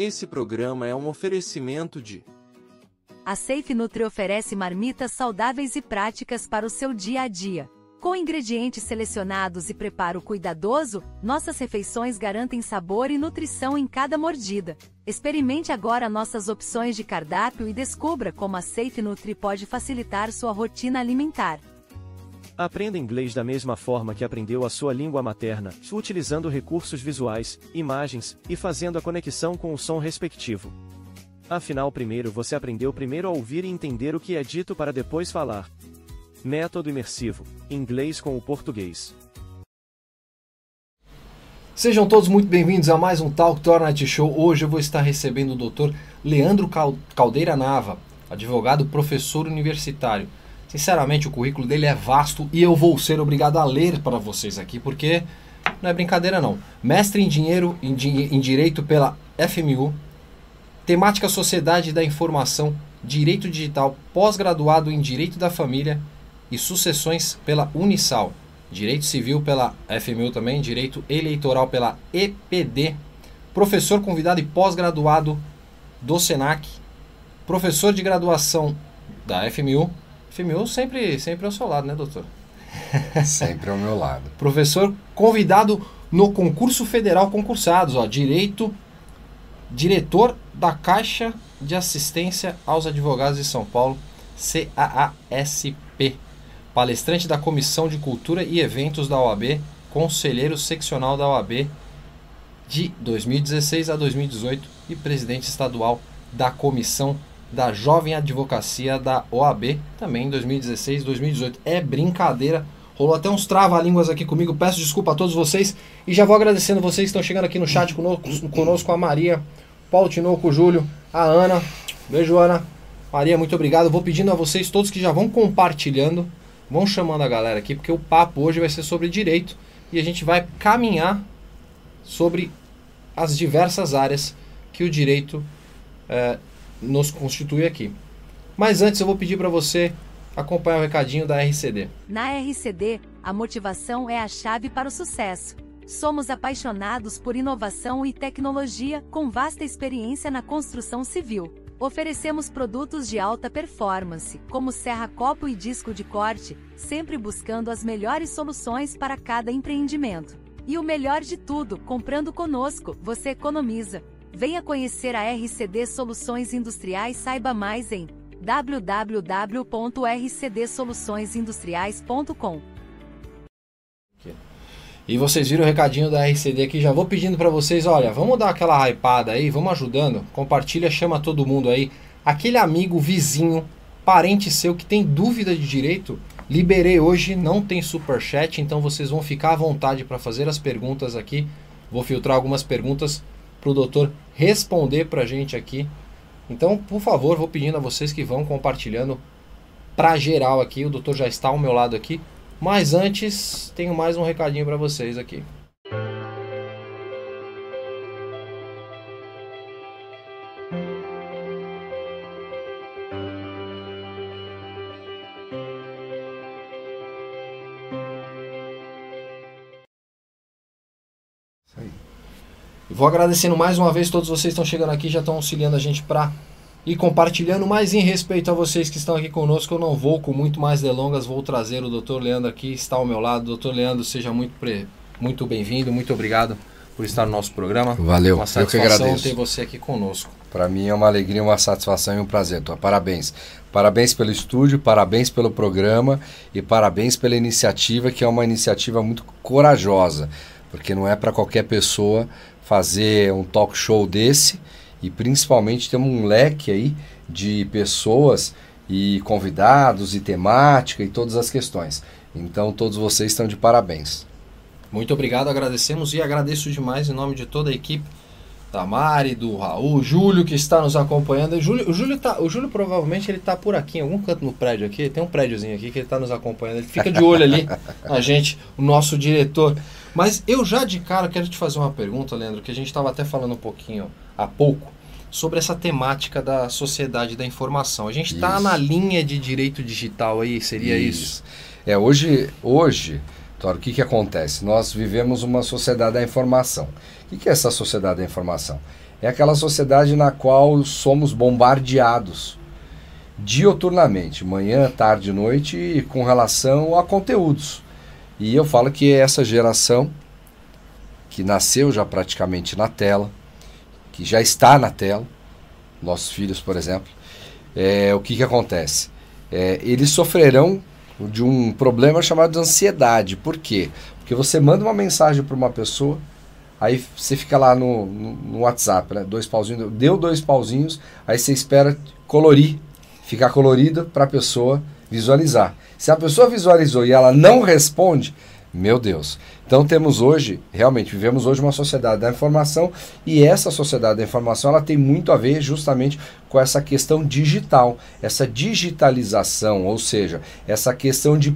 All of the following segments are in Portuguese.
Esse programa é um oferecimento de... A Safe Nutri oferece marmitas saudáveis e práticas para o seu dia a dia. Com ingredientes selecionados e preparo cuidadoso, nossas refeições garantem sabor e nutrição em cada mordida. Experimente agora nossas opções de cardápio e descubra como a Safe Nutri pode facilitar sua rotina alimentar. Aprenda inglês da mesma forma que aprendeu a sua língua materna, utilizando recursos visuais, imagens, e fazendo a conexão com o som respectivo. Afinal, você aprendeu primeiro a ouvir e entender o que é dito para depois falar. Método imersivo, inglês com o português. Sejam todos muito bem-vindos a mais um Talk Tornet Show. Hoje eu vou estar recebendo o Dr. Leandro Caldeira Nava, advogado, professor universitário. Sinceramente, o currículo dele é vasto e eu vou ser obrigado a ler para vocês aqui, porque não é brincadeira não. Mestre em Direito pela FMU, temática Sociedade da Informação, Direito Digital, pós-graduado em Direito da Família e Sucessões pela Unisal, Direito Civil pela FMU também, Direito Eleitoral pela EPD, professor convidado e pós-graduado do SENAC, professor de graduação da FMU, FMU sempre ao seu lado, né, doutor? Sempre ao meu lado. Professor convidado no concurso federal concursados, diretor da Caixa de Assistência aos Advogados de São Paulo, CAASP, palestrante da Comissão de Cultura e Eventos da OAB, conselheiro seccional da OAB de 2016 a 2018 e presidente estadual da Comissão da Jovem Advocacia da OAB, também em 2016 e 2018. É brincadeira, rolou até uns trava-línguas aqui comigo, peço desculpa a todos vocês e já vou agradecendo vocês que estão chegando aqui no chat conosco, a Maria, Paulo Tinoco, o Júlio, a Ana, beijo Ana, Maria, muito obrigado. Vou pedindo a vocês todos que já vão compartilhando, vão chamando a galera aqui, porque o papo hoje vai ser sobre direito e a gente vai caminhar sobre as diversas áreas que o direito nos constitui aqui. Mas antes eu vou pedir para você acompanhar o recadinho da RCD. Na RCD, a motivação é a chave para o sucesso. Somos apaixonados por inovação e tecnologia, com vasta experiência na construção civil. Oferecemos produtos de alta performance, como serra-copo e disco de corte, sempre buscando as melhores soluções para cada empreendimento. E o melhor de tudo, comprando conosco, você economiza. Venha conhecer a RCD Soluções Industriais, saiba mais em www.rcdsoluçõesindustriais.com. E vocês viram o recadinho da RCD aqui, já vou pedindo para vocês, olha, vamos dar aquela hypada aí, vamos ajudando, compartilha, chama todo mundo aí, aquele amigo, vizinho, parente seu que tem dúvida de direito, liberei hoje, não tem superchat, então vocês vão ficar à vontade para fazer as perguntas aqui, vou filtrar algumas perguntas para o doutor responder para a gente aqui, então por favor, vou pedindo a vocês que vão compartilhando para geral aqui, o doutor já está ao meu lado aqui. Mas antes, tenho mais um recadinho para vocês aqui. Vou agradecendo mais uma vez, todos vocês estão chegando aqui, já estão auxiliando a gente para ir compartilhando, mas em respeito a vocês que estão aqui conosco, eu não vou com muito mais delongas, vou trazer o Dr. Leandro aqui, está ao meu lado. Dr. Leandro, seja muito bem-vindo, muito obrigado por estar no nosso programa. Valeu, uma satisfação, eu que agradeço ter você aqui conosco. Para mim é uma alegria, uma satisfação e um prazer. Parabéns. Parabéns pelo estúdio, parabéns pelo programa e parabéns pela iniciativa, que é uma iniciativa muito corajosa, porque não é para qualquer pessoa fazer um talk show desse. E principalmente temos um leque aí de pessoas e convidados e temática e todas as questões. Então todos vocês estão de parabéns. Muito obrigado, agradecemos e agradeço demais em nome de toda a equipe da Mari, do Raul, o Júlio que está nos acompanhando. O Júlio provavelmente ele está por aqui, em algum canto no prédio aqui, tem um prédiozinho aqui que ele está nos acompanhando. Ele fica de olho ali, a gente, o nosso diretor. Mas eu já de cara quero te fazer uma pergunta, Leandro, que a gente estava até falando um pouquinho há pouco, sobre essa temática da sociedade da informação. A gente está na linha de direito digital aí, seria isso? Hoje, Toro, o que acontece? Nós vivemos uma sociedade da informação. O que é essa sociedade da informação? é aquela sociedade na qual somos bombardeados dioturnamente, manhã, tarde e noite, com relação a conteúdos. E eu falo que essa geração, que nasceu já praticamente na tela, que já está na tela, nossos filhos, por exemplo, o que acontece? Eles sofrerão de um problema chamado ansiedade. Por quê? Porque você manda uma mensagem para uma pessoa, aí você fica lá no WhatsApp, né? 2 pauzinhos, deu 2 pauzinhos, aí você espera colorir, ficar colorido para a pessoa visualizar. Se a pessoa visualizou e ela não responde, meu Deus. Então vivemos hoje uma sociedade da informação, e essa sociedade da informação ela tem muito a ver justamente com essa questão digital, essa digitalização, ou seja, essa questão de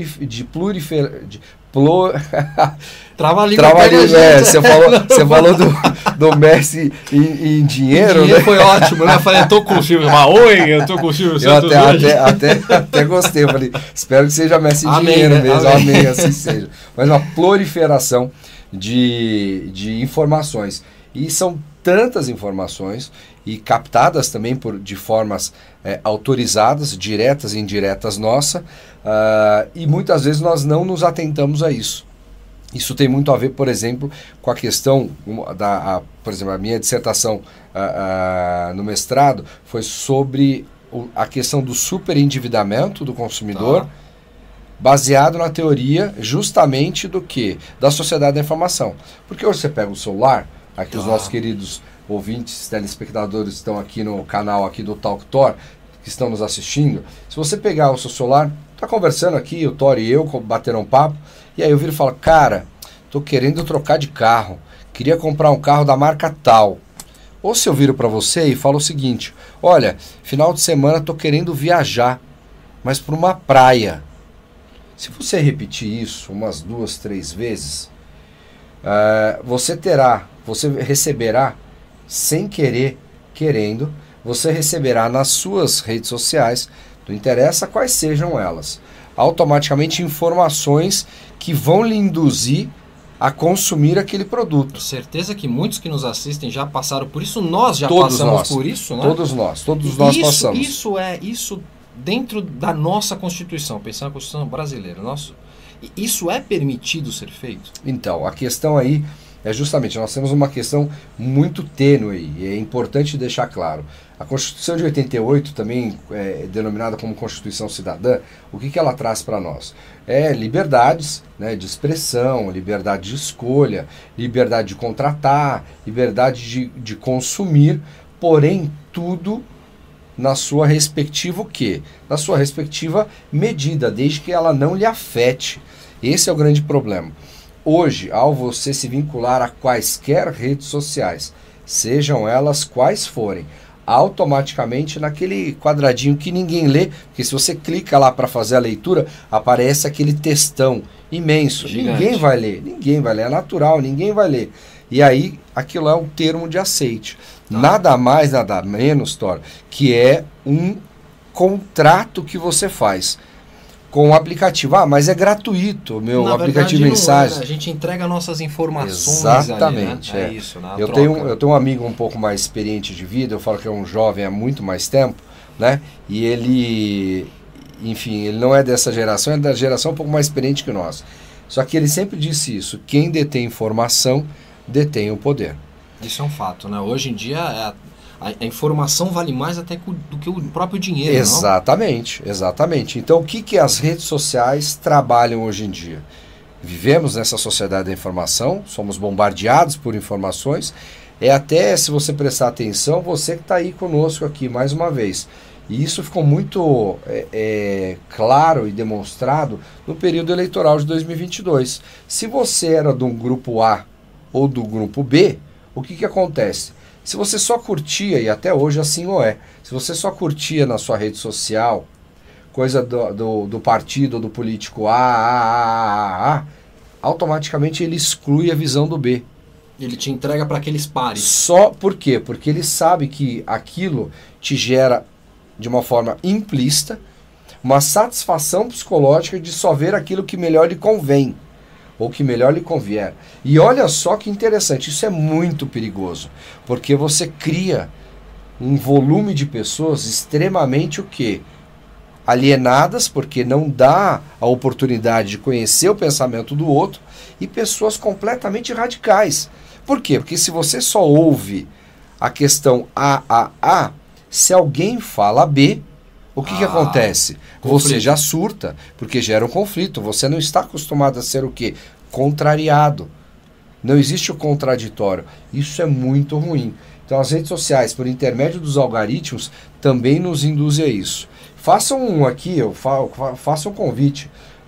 Trava-língua. Você falou do Messi em dinheiro, né? Foi ótimo, né? Eu falei, eu tô com o Silvio, eu tô com o Silvio Santos. Eu até gostei, eu falei, espero que seja Messi em dinheiro mesmo, amém, assim seja. Mas uma proliferação de informações, e são tantas informações, e captadas também de formas autorizadas, diretas e indiretas nossa, e muitas vezes nós não nos atentamos a isso. Isso tem muito a ver, por exemplo, com a questão por exemplo, a minha dissertação no mestrado foi sobre a questão do superendividamento do consumidor, baseado na teoria justamente do que? Da sociedade da informação. Porque hoje você pega o celular, aqui os nossos queridos ouvintes, telespectadores estão aqui no canal aqui do Talk Thor, que estão nos assistindo. Se você pegar o seu celular, tá conversando aqui, o Thor e eu bateram um papo, e aí eu viro e falo, cara, tô querendo trocar de carro, queria comprar um carro da marca tal. Ou se eu viro para você e falo o seguinte, olha, final de semana tô querendo viajar, mas para uma praia. Se você repetir isso umas 2, 3 vezes, você receberá, sem querer, querendo, você receberá nas suas redes sociais, não interessa quais sejam elas, automaticamente informações que vão lhe induzir a consumir aquele produto. Certeza que muitos que nos assistem já passaram por isso, nós já passamos por isso, né? Todos nós passamos. Isso dentro da nossa Constituição, pensando na Constituição brasileira, isso é permitido ser feito? Então, a questão aí é justamente, nós temos uma questão muito tênue, e é importante deixar claro. A Constituição de 88, também denominada como Constituição Cidadã, o que ela traz para nós? Liberdades, né, de expressão, liberdade de escolha, liberdade de contratar, liberdade de consumir, porém tudo na sua respectiva Na sua respectiva medida, desde que ela não lhe afete. Esse é o grande problema. Hoje, ao você se vincular a quaisquer redes sociais, sejam elas quais forem, automaticamente naquele quadradinho que ninguém lê, porque se você clica lá para fazer a leitura, aparece aquele textão imenso. Gigante. Ninguém vai ler, é natural, ninguém vai ler. E aí, aquilo é um termo de aceite. Nada mais, nada menos, Thor, que é um contrato que você faz com o aplicativo. Mas é gratuito o meu aplicativo de mensagem. A gente entrega nossas informações. Exatamente. Ali, né? É isso, né? Eu tenho um amigo um pouco mais experiente de vida, eu falo que é um jovem há muito mais tempo, né? E ele, enfim, ele não é dessa geração, é da geração um pouco mais experiente que nós. Só que ele sempre disse isso, quem detém informação, detém o poder. Isso é um fato, né? Hoje em dia a informação vale mais até do que o próprio dinheiro, Exatamente, não? Exatamente. Então o que as redes sociais trabalham hoje em dia? Vivemos nessa sociedade da informação, somos bombardeados por informações, até, se você prestar atenção, você que está aí conosco aqui mais uma vez. E isso ficou muito claro e demonstrado no período eleitoral de 2022. Se você era do grupo A ou do grupo B, o que acontece? Se você só curtia, e até hoje assim se você só curtia na sua rede social coisa do partido ou do político A, automaticamente ele exclui a visão do B. Ele te entrega para aqueles pares. Só por quê? Porque ele sabe que aquilo te gera, de uma forma implícita, uma satisfação psicológica de só ver aquilo que melhor lhe convém. ou que melhor lhe convier. E olha só que interessante, isso é muito perigoso, porque você cria um volume de pessoas extremamente o quê? Alienadas, porque não dá a oportunidade de conhecer o pensamento do outro, e pessoas completamente radicais. Por quê? Porque se você só ouve a questão A, se alguém fala B, o que acontece? Conflito. Você já surta, porque gera um conflito. Você não está acostumado a ser o quê? Contrariado. Não existe o contraditório. Isso é muito ruim. Então as redes sociais, por intermédio dos algoritmos, também nos induzem a isso. Façam um aqui, eu faço um convite.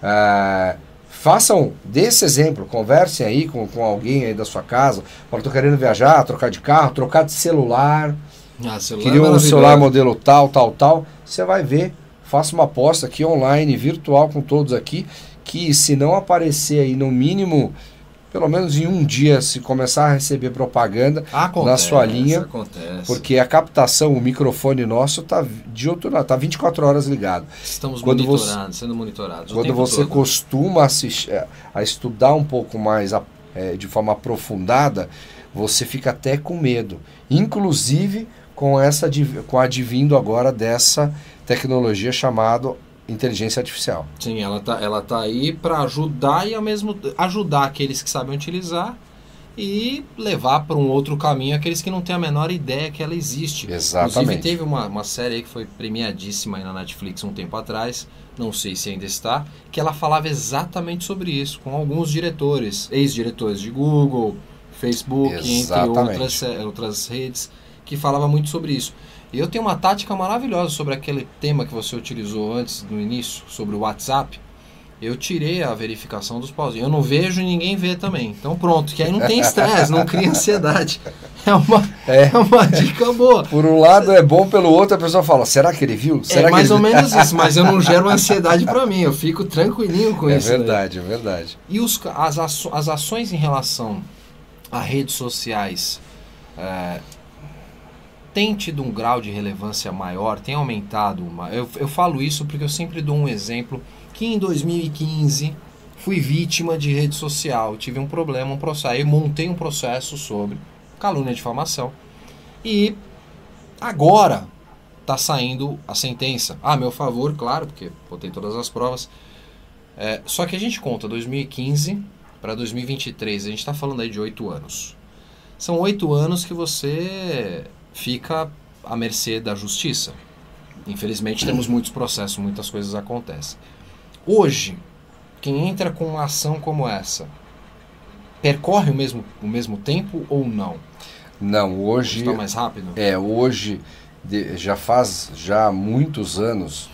Façam desse exemplo, conversem aí com alguém aí da sua casa. Fala, estou querendo viajar, trocar de carro, trocar de celular. Queria um celular modelo tal. Você vai ver, faça uma aposta aqui online, virtual com todos aqui, que se não aparecer aí no mínimo, pelo menos em um dia, se começar a receber propaganda na sua linha, porque a captação, o microfone nosso está tá 24 horas ligado. Estamos sendo monitorados. Quando você costuma a estudar um pouco mais de forma aprofundada, você fica até com medo. Inclusive com a advindo agora dessa tecnologia chamada inteligência artificial. Sim, ela tá aí para ajudar e ao mesmo ajudar aqueles que sabem utilizar e levar para um outro caminho aqueles que não têm a menor ideia que ela existe. Exatamente. Inclusive teve uma série aí que foi premiadíssima aí na Netflix um tempo atrás, não sei se ainda está, que ela falava exatamente sobre isso, com alguns diretores, ex-diretores de Google, Facebook, entre outras redes, que falava muito sobre isso. E eu tenho uma tática maravilhosa sobre aquele tema que você utilizou antes, no início, sobre o WhatsApp. Eu tirei a verificação dos pauzinhos. Eu não vejo e ninguém vê também. Então pronto, que aí não tem estresse, não cria ansiedade. É uma dica boa. Por um lado é bom, pelo outro a pessoa fala, será que ele viu? Será mais ou menos isso, mas eu não gero ansiedade para mim, eu fico tranquilinho com isso. É verdade. E as ações em relação a redes sociais tem tido um grau de relevância maior, tem aumentado. Eu falo isso porque eu sempre dou um exemplo, que em 2015 fui vítima de rede social, tive um problema, um processo, eu montei um processo sobre calúnia e difamação, e agora está saindo a sentença, a meu favor, claro, porque botei todas as provas, só que a gente conta 2015 para 2023, a gente está falando aí de 8 anos. São 8 anos que você fica à mercê da justiça. Infelizmente temos muitos processos, muitas coisas acontecem. Hoje, quem entra com uma ação como essa, percorre o mesmo tempo ou não? Não, hoje... Está mais rápido? Hoje já faz muitos anos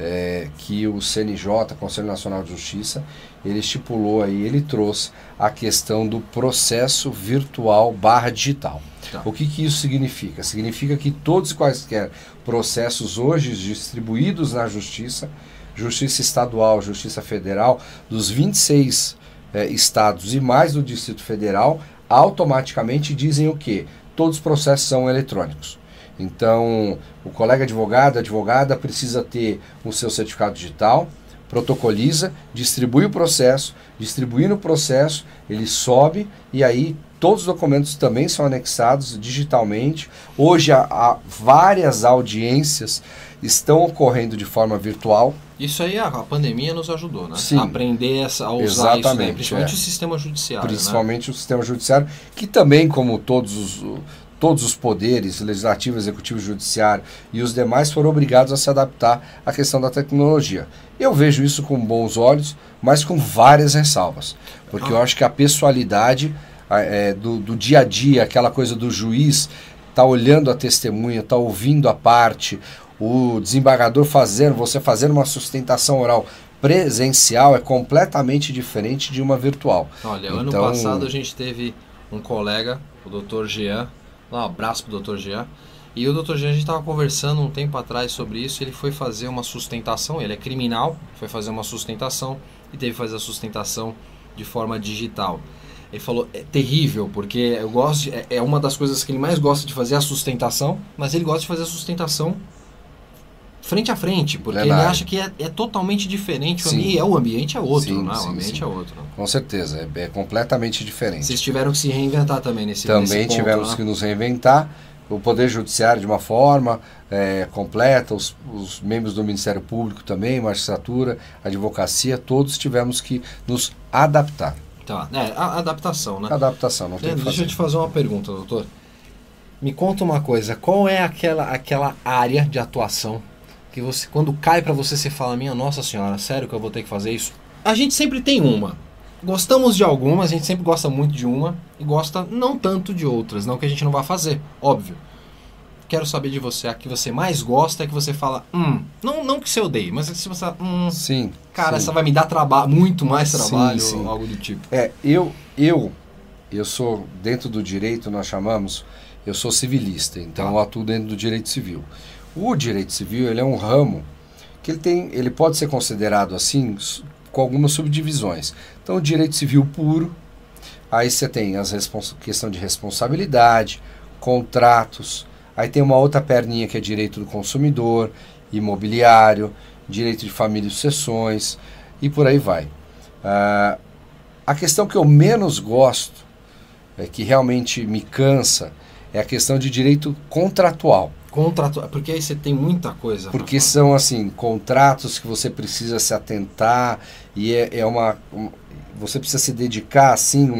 que o CNJ, Conselho Nacional de Justiça, ele estipulou aí, ele trouxe a questão do processo virtual / digital. Tá. O que isso significa? Significa que todos e quaisquer processos hoje distribuídos na Justiça, Justiça Estadual, Justiça Federal, dos 26 estados e mais do Distrito Federal, automaticamente dizem o quê? Todos os processos são eletrônicos. Então, o colega advogado, a advogada precisa ter o seu certificado digital, protocoliza, distribui o processo, distribuindo o processo, ele sobe e aí todos os documentos também são anexados digitalmente. Hoje há várias audiências estão ocorrendo de forma virtual. Isso aí a pandemia nos ajudou, né? Sim, a aprender a usar isso, né? Principalmente o sistema judiciário. Principalmente, né? O sistema judiciário, que também, como todos os poderes, legislativo, executivo, judiciário e os demais, foram obrigados a se adaptar à questão da tecnologia. Eu vejo isso com bons olhos, mas com várias ressalvas. Porque eu acho que a pessoalidade do dia a dia, aquela coisa do juiz, tá olhando a testemunha, tá ouvindo a parte, o desembargador você fazendo uma sustentação oral presencial é completamente diferente de uma virtual. Olha, então, ano passado a gente teve um colega, o Dr. Jean, um abraço pro Dr. Jean, e o Dr. Jean, a gente estava conversando um tempo atrás sobre isso, ele foi fazer uma sustentação, ele é criminal, foi fazer uma sustentação e teve que fazer a sustentação de forma digital. Ele falou, é terrível, porque eu gosto uma das coisas que ele mais gosta de fazer, a sustentação, mas ele gosta de fazer a sustentação frente a frente, porque ele acha que é totalmente diferente. O ambiente é outro, sim, né? Sim, o ambiente é outro. Com certeza, é completamente diferente. Vocês tiveram que se reinventar também nesse Também ponto, tivemos né? que nos reinventar. O Poder Judiciário de uma forma completa, os membros do Ministério Público também, magistratura, advocacia, todos tivemos que nos adaptar. Tá, a adaptação, né? Adaptação, não tem o que fazer. Deixa eu te fazer uma pergunta, doutor. Me conta uma coisa, qual é aquela área de atuação que você, quando cai pra você, você fala, minha nossa senhora, sério que eu vou ter que fazer isso? A gente sempre tem uma. Gostamos de algumas, a gente sempre gosta muito de uma e gosta não tanto de outras, não que a gente não vá fazer, óbvio. Quero saber de você, a que você mais gosta é que você fala, não que você odeie, mas se você fala, sim, cara, sim. essa vai me dar muito mais trabalho, sim. ou algo do tipo. Eu sou, dentro do direito nós chamamos, eu sou civilista, então eu atuo dentro do direito civil. O direito civil, ele é um ramo que ele pode ser considerado assim, com algumas subdivisões. Então, o direito civil puro, aí você tem questão de responsabilidade, contratos, aí tem uma outra perninha que é direito do consumidor, imobiliário, direito de família e sucessões, e por aí vai. A questão que eu menos gosto, que realmente me cansa, é a questão de direito contratual. Porque aí você tem muita coisa. Porque são assim, contratos que você precisa se atentar e você precisa se dedicar assim,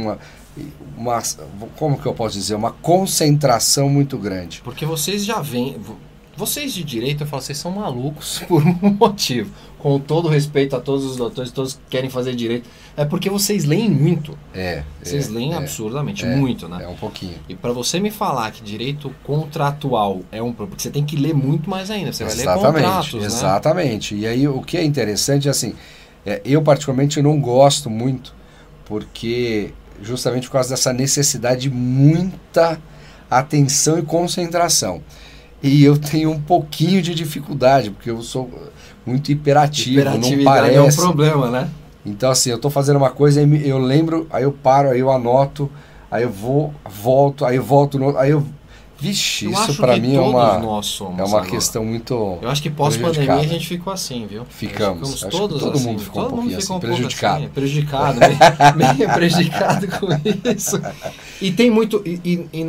como que eu posso dizer, uma concentração muito grande. Porque vocês já vêm, vocês de direito, eu falo, vocês são malucos por um motivo. Com todo respeito a todos os doutores, todos que querem fazer direito, é porque vocês leem muito. Vocês leem absurdamente, muito, né? É um pouquinho. E para você me falar que direito contratual é um problema, porque você tem que ler muito mais ainda, você vai ler contratos, exatamente. E aí o que é interessante é assim, eu particularmente não gosto muito, porque justamente por causa dessa necessidade de muita atenção e concentração. E eu tenho um pouquinho de dificuldade, porque eu sou muito hiperativo, não parece. É um problema, né? Então assim, eu estou fazendo uma coisa, eu lembro, aí eu paro, aí eu anoto, aí eu volto, aí eu volto, aí eu... Vixe, isso para mim é uma questão muito... Eu acho que pós-pandemia a gente ficou assim, viu? Ficamos todos todo assim, mundo ficou um pouquinho assim, prejudicado. Prejudicado, meio prejudicado com isso. E tem muito... E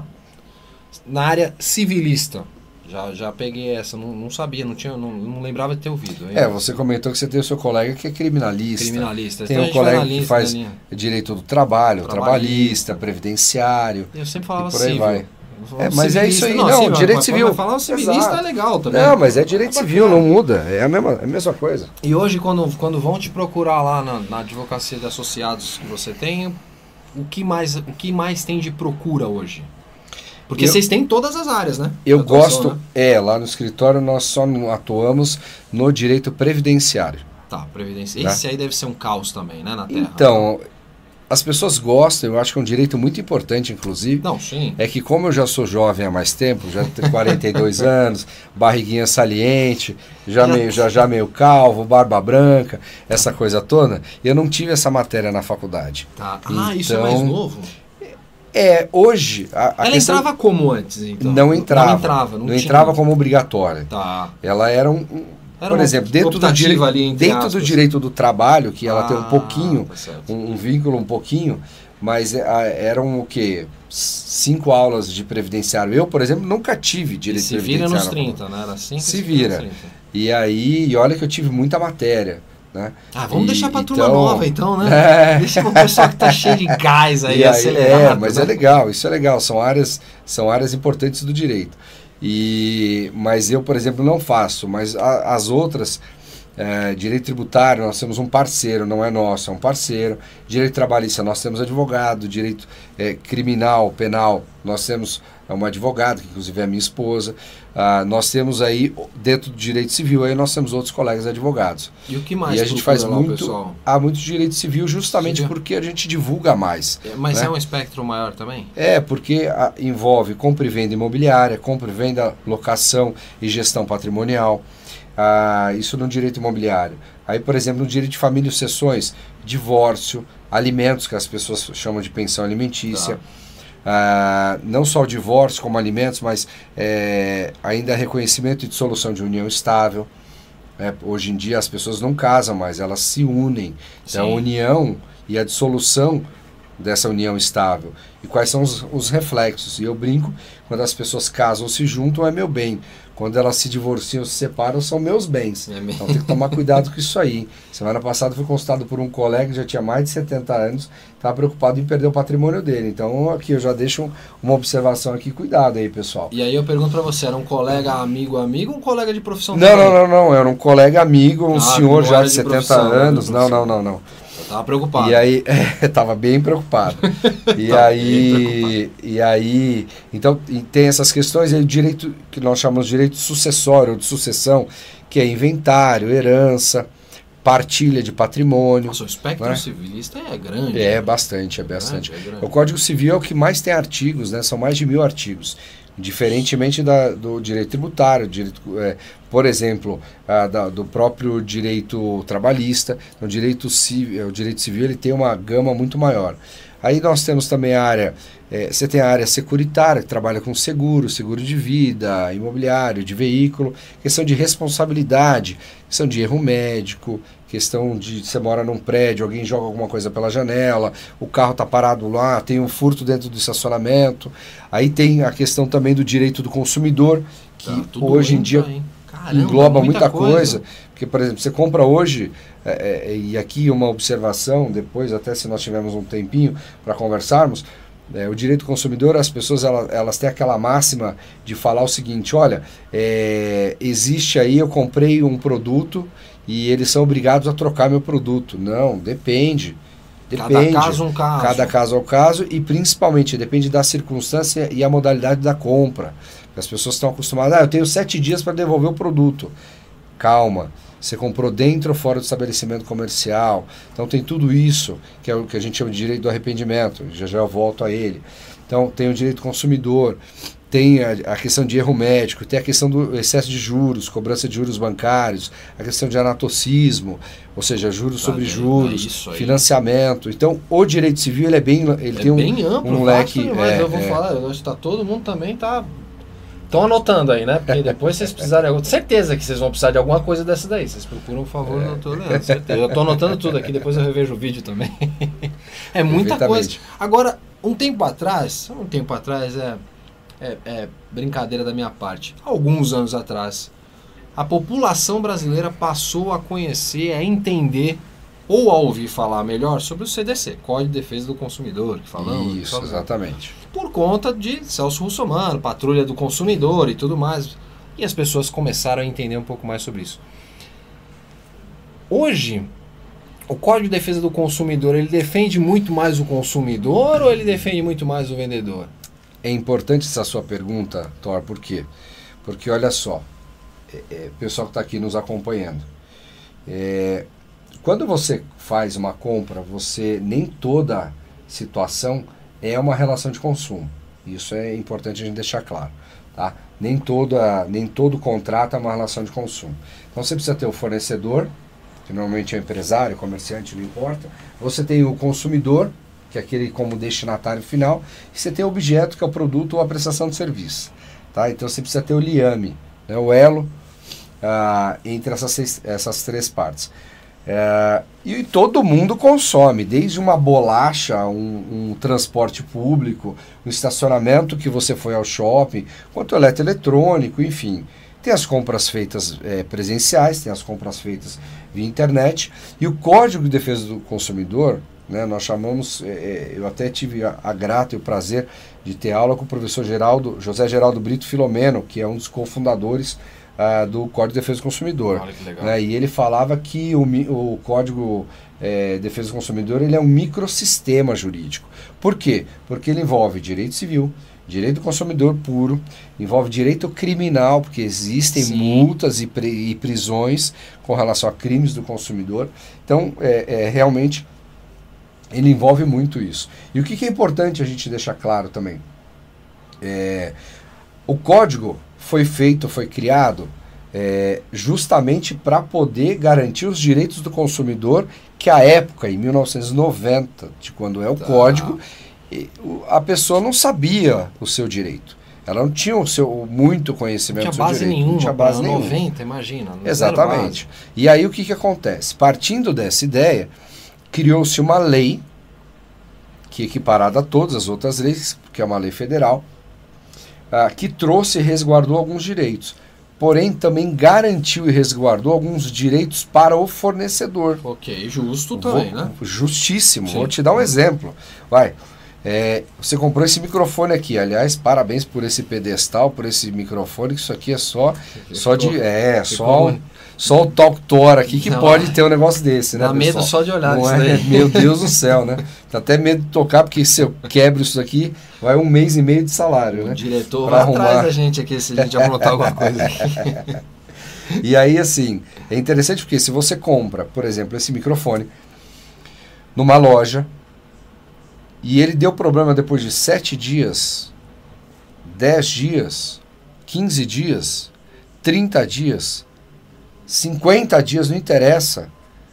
na área civilista, já peguei essa, não sabia, não lembrava de ter ouvido. Você comentou que você tem o seu colega que é criminalista. Tem então um colega que faz direito do trabalho, trabalhista, previdenciário. Eu sempre falava por aí civil. vai. Mas é isso aí, não, direito civil. Falar o civilista é legal também. Não, mas é direito civil, não muda, é a mesma coisa. E hoje, quando vão te procurar lá na advocacia de associados que você tem, o que mais tem de procura hoje? Porque vocês têm todas as áreas, né? Eu gosto, lá no escritório nós só atuamos no direito previdenciário. Tá, previdência. Esse aí deve ser um caos também, né, na Terra. Então, as pessoas gostam, eu acho que é um direito muito importante, inclusive. Não, sim. É que como eu já sou jovem há mais tempo, já tenho 42 anos, barriguinha saliente, já meio calvo, barba branca, essa coisa toda, eu não tive essa matéria na faculdade. Tá. Isso é mais novo? Hoje... Ela questão... entrava como antes, então? Não entrava como obrigatória. Tá. Ela era por exemplo, dentro do direito do trabalho, que ela tem um pouquinho, um vínculo um pouquinho, mas eram o quê? 5 aulas de previdenciário. Eu, por exemplo, nunca tive direito previdenciário. Se vira nos 30, né? Era 5, se vira. E aí, olha que eu tive muita matéria. Né? Vamos deixar pra turma nova então, né? Deixa pro pessoal que tá cheio de gás aí, acelerado. Mas é legal, isso é legal, são áreas importantes do direito. Mas eu, por exemplo, não faço, mas as outras, direito tributário, nós temos um parceiro, não é nosso, é um parceiro. Direito trabalhista, nós temos advogado. Direito criminal, penal, nós temos uma advogada, que inclusive é a minha esposa. Nós temos aí, dentro do direito civil, aí nós temos outros colegas advogados. E o que mais? E a gente faz muito direito civil justamente porque a gente divulga mais. Mas né? É um espectro maior também? Porque envolve compra e venda imobiliária, compra e venda, locação e gestão patrimonial. Isso no direito imobiliário. Aí, por exemplo, no direito de família e sucessões, divórcio, alimentos, que as pessoas chamam de pensão alimentícia. não só o divórcio como alimentos, mas ainda reconhecimento e dissolução de união estável. Hoje em dia as pessoas não casam mais, elas se unem. Então, a união e a dissolução dessa união estável. E quais são os reflexos? E eu brinco, quando as pessoas casam ou se juntam, é meu bem. Quando elas se divorciam ou se separam, são meus bens. Então tem que tomar cuidado com isso aí. Semana passada fui consultado por um colega que já tinha mais de 70 anos, estava preocupado em perder o patrimônio dele. Então aqui eu já deixo uma observação aqui, cuidado aí, pessoal. E aí eu pergunto para você, era um colega amigo ou um colega de profissão? Não, era um colega amigo, um senhor já de 70 anos. Não. Tava preocupado. E aí, tava bem preocupado. E aí, então tem essas questões, e o direito que nós chamamos de direito sucessório ou de sucessão, que é inventário, herança, partilha de patrimônio. Nossa, o espectro civilista é grande. É bastante. Grande. O Código Civil é o que mais tem artigos, né? São mais de 1000 artigos. Diferentemente do direito tributário, por exemplo, do próprio direito trabalhista. O direito civil ele tem uma gama muito maior. Aí nós temos também a área, você tem a área securitária, que trabalha com seguro de vida, imobiliário, de veículo, questão de responsabilidade, questão de erro médico, questão de você mora num prédio, alguém joga alguma coisa pela janela, o carro está parado lá, tem um furto dentro do estacionamento. Aí tem a questão também do direito do consumidor, que hoje em dia engloba muita coisa. Porque, por exemplo, você compra hoje, e aqui uma observação, depois até se nós tivermos um tempinho para conversarmos, o direito do consumidor, as pessoas elas têm aquela máxima de falar o seguinte, olha, existe aí, eu comprei um produto e eles são obrigados a trocar meu produto. Não, depende. Cada caso é um caso. Cada caso é um caso e principalmente depende da circunstância e a modalidade da compra. As pessoas estão acostumadas, eu tenho 7 dias para devolver o produto. Calma, você comprou dentro ou fora do estabelecimento comercial. Então tem tudo isso, que é o que a gente chama de direito do arrependimento. Já eu volto a ele. Então tem o direito do consumidor, tem a questão de erro médico, tem a questão do excesso de juros, cobrança de juros bancários, a questão de anatocismo, ou seja, juros sobre juros, financiamento. Então, o direito civil ele tem bem amplo, um leque. Mas eu vou falar, eu acho que todo mundo também estão anotando aí, né? Porque depois vocês precisarem, eu tenho certeza que vocês vão precisar de alguma coisa dessa daí. Vocês procuram, por favor, doutor Leandro, certeza. Eu estou anotando tudo aqui, depois eu revejo o vídeo também. É muita coisa. Agora, um tempo atrás é brincadeira da minha parte. Alguns anos atrás, a população brasileira passou a conhecer, a entender ou a ouvir falar melhor sobre o CDC, Código de Defesa do Consumidor, que falamos. Isso, exatamente. Por conta de Celso Russomano, Patrulha do Consumidor e tudo mais. E as pessoas começaram a entender um pouco mais sobre isso. Hoje, o Código de Defesa do Consumidor, ele defende muito mais o consumidor ou ele defende muito mais o vendedor? É importante essa sua pergunta, Thor, por quê? Porque olha só, pessoal que está aqui nos acompanhando, quando você faz uma compra, nem toda situação é uma relação de consumo. Isso é importante a gente deixar claro. Tá? Nem todo contrato é uma relação de consumo. Então você precisa ter o fornecedor, que normalmente é empresário, comerciante, não importa. Você tem o consumidor, que é aquele como destinatário final, e você tem o objeto, que é o produto ou a prestação de serviço. Tá? Então você precisa ter o liame, né? O elo entre essas 3 partes. E todo mundo consome, desde uma bolacha, um transporte público, um estacionamento que você foi ao shopping, quanto eletroeletrônico, enfim. Tem as compras feitas presenciais, tem as compras feitas via internet, e o Código de Defesa do Consumidor, né, nós chamamos, eu até tive a grata e o prazer de ter aula com o professor José Geraldo Brito Filomeno, que é um dos cofundadores do Código de Defesa do Consumidor. Olha que legal. Né, e ele falava que o Código de Defesa do Consumidor ele é um microsistema jurídico. Por quê? Porque ele envolve direito civil, direito do consumidor puro, envolve direito criminal, porque existem multas e prisões com relação a crimes do consumidor. Então, realmente, ele envolve muito isso. E o que é importante a gente deixar claro também? O código foi criado justamente para poder garantir os direitos do consumidor, que à época, em 1990, de quando é o código, a pessoa não sabia o seu direito. Ela não tinha muito conhecimento do seu direito. Não tinha base nenhuma. 90, imagina. Exatamente. E aí o que acontece? Partindo dessa ideia, criou-se uma lei que é equiparada a todas as outras leis, que é uma lei federal, que trouxe e resguardou alguns direitos. Porém, também garantiu e resguardou alguns direitos para o fornecedor. Ok, justo também, né? Justíssimo. Sim. Vou te dar um exemplo. Você comprou esse microfone aqui. Aliás, parabéns por esse pedestal, por esse microfone, que isso aqui é só o Talk Tor aqui que pode ter um negócio desse, né? Dá medo só de olhar isso daí. Meu Deus do céu, né? Dá até medo de tocar, porque se eu quebro isso aqui, vai 1 mês e meio de salário, né? O diretor vai atrás da gente aqui se a gente aprontar alguma coisa. E aí, assim, é interessante porque se você compra, por exemplo, esse microfone numa loja e ele deu problema depois de 7 dias, 10 dias, 15 dias, 30 dias, 50 dias, não interessa,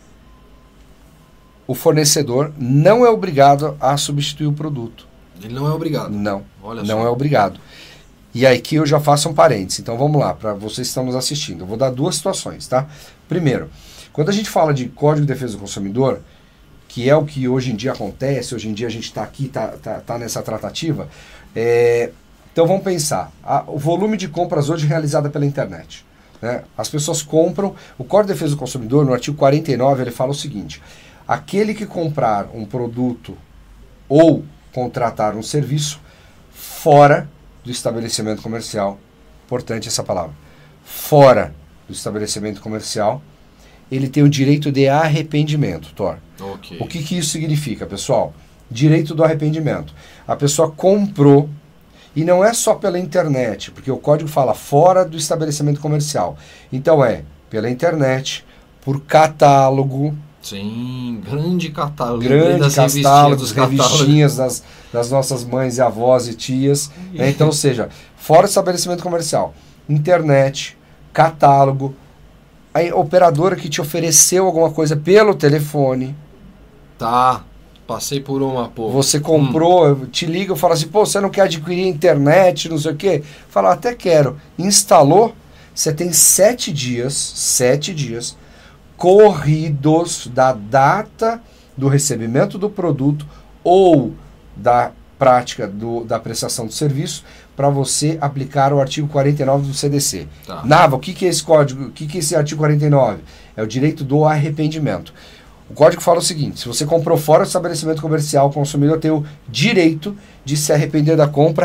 o fornecedor não é obrigado a substituir o produto. Ele não é obrigado? Não, Olha não só. é obrigado. E aí que eu já faço um parênteses. Então vamos lá, para vocês que estão nos assistindo. Eu vou dar 2 situações, tá? Primeiro, quando a gente fala de Código de Defesa do Consumidor, que é o que hoje em dia acontece, hoje em dia a gente está aqui, tá nessa tratativa, então vamos pensar, o volume de compras hoje realizada pela internet. Né? As pessoas compram, o Código de Defesa do Consumidor, no artigo 49, ele fala o seguinte: aquele que comprar um produto ou contratar um serviço fora do estabelecimento comercial, importante essa palavra, fora do estabelecimento comercial, ele tem o direito de arrependimento, Thor. Okay. O que isso significa, pessoal? Direito do arrependimento. A pessoa comprou, e não é só pela internet, porque o código fala fora do estabelecimento comercial. Então pela internet, por catálogo. Sim, grande catálogo. Grande catálogo, revistinhas das nossas mães e avós e tias. Né? Então, ou seja, fora do estabelecimento comercial, internet, catálogo, a operadora que te ofereceu alguma coisa pelo telefone. Tá, passei por uma, pô. Você comprou, te liga e fala assim, pô, você não quer adquirir internet, não sei o quê? Fala, até quero. Instalou, você tem 7 dias corridos da data do recebimento do produto ou da prática da prestação do serviço para você aplicar o artigo 49 do CDC. Tá. Nava, o que é esse código? O que é esse artigo 49? É o direito do arrependimento. O código fala o seguinte: se você comprou fora do estabelecimento comercial, o consumidor tem o direito de se arrepender da compra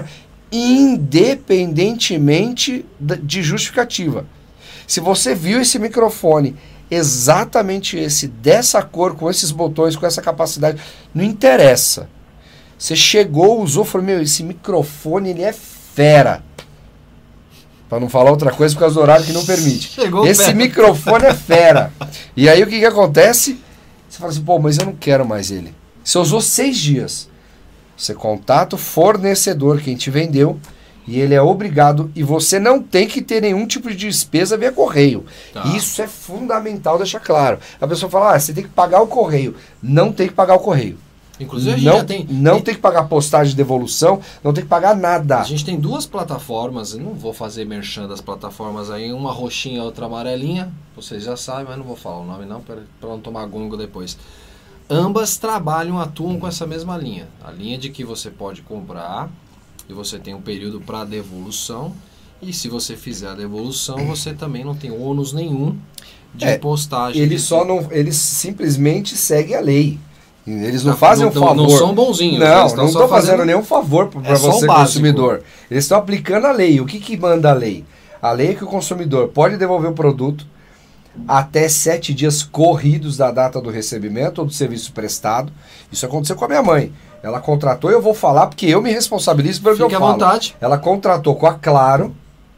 independentemente de justificativa. Se você viu esse microfone, exatamente esse, dessa cor, com esses botões, com essa capacidade, não interessa. Você chegou, usou, falou, esse microfone, ele é fera. Para não falar outra coisa por causa do horário que não permite. Esse microfone é fera. E aí o que acontece? Você fala assim, pô, mas eu não quero mais ele. Você usou 6 dias. Você contata o fornecedor, quem te vendeu, e ele é obrigado, e você não tem que ter nenhum tipo de despesa via correio. Tá. Isso é fundamental deixar claro. A pessoa fala, você tem que pagar o correio. Não tem que pagar o correio. Inclusive a gente não tem que pagar postagem de devolução, não tem que pagar nada. A gente tem 2 plataformas, eu não vou fazer merchan das plataformas aí, uma roxinha, outra amarelinha, vocês já sabem, mas não vou falar o nome não, para não tomar gongo depois. Ambas atuam com essa mesma linha, a linha de que você pode comprar e você tem um período para devolução, e se você fizer a devolução, você também não tem ônus nenhum de postagem. Eles simplesmente seguem a lei. Eles não fazem um favor. Não são bonzinhos. Não estão fazendo nenhum favor para você, consumidor. Eles estão aplicando a lei. O que manda a lei? A lei é que o consumidor pode devolver o produto até 7 dias corridos da data do recebimento ou do serviço prestado. Isso aconteceu com a minha mãe. Ela contratou, eu vou falar porque eu me responsabilizo pelo que eu falo. Fique à vontade. Ela contratou com a Claro.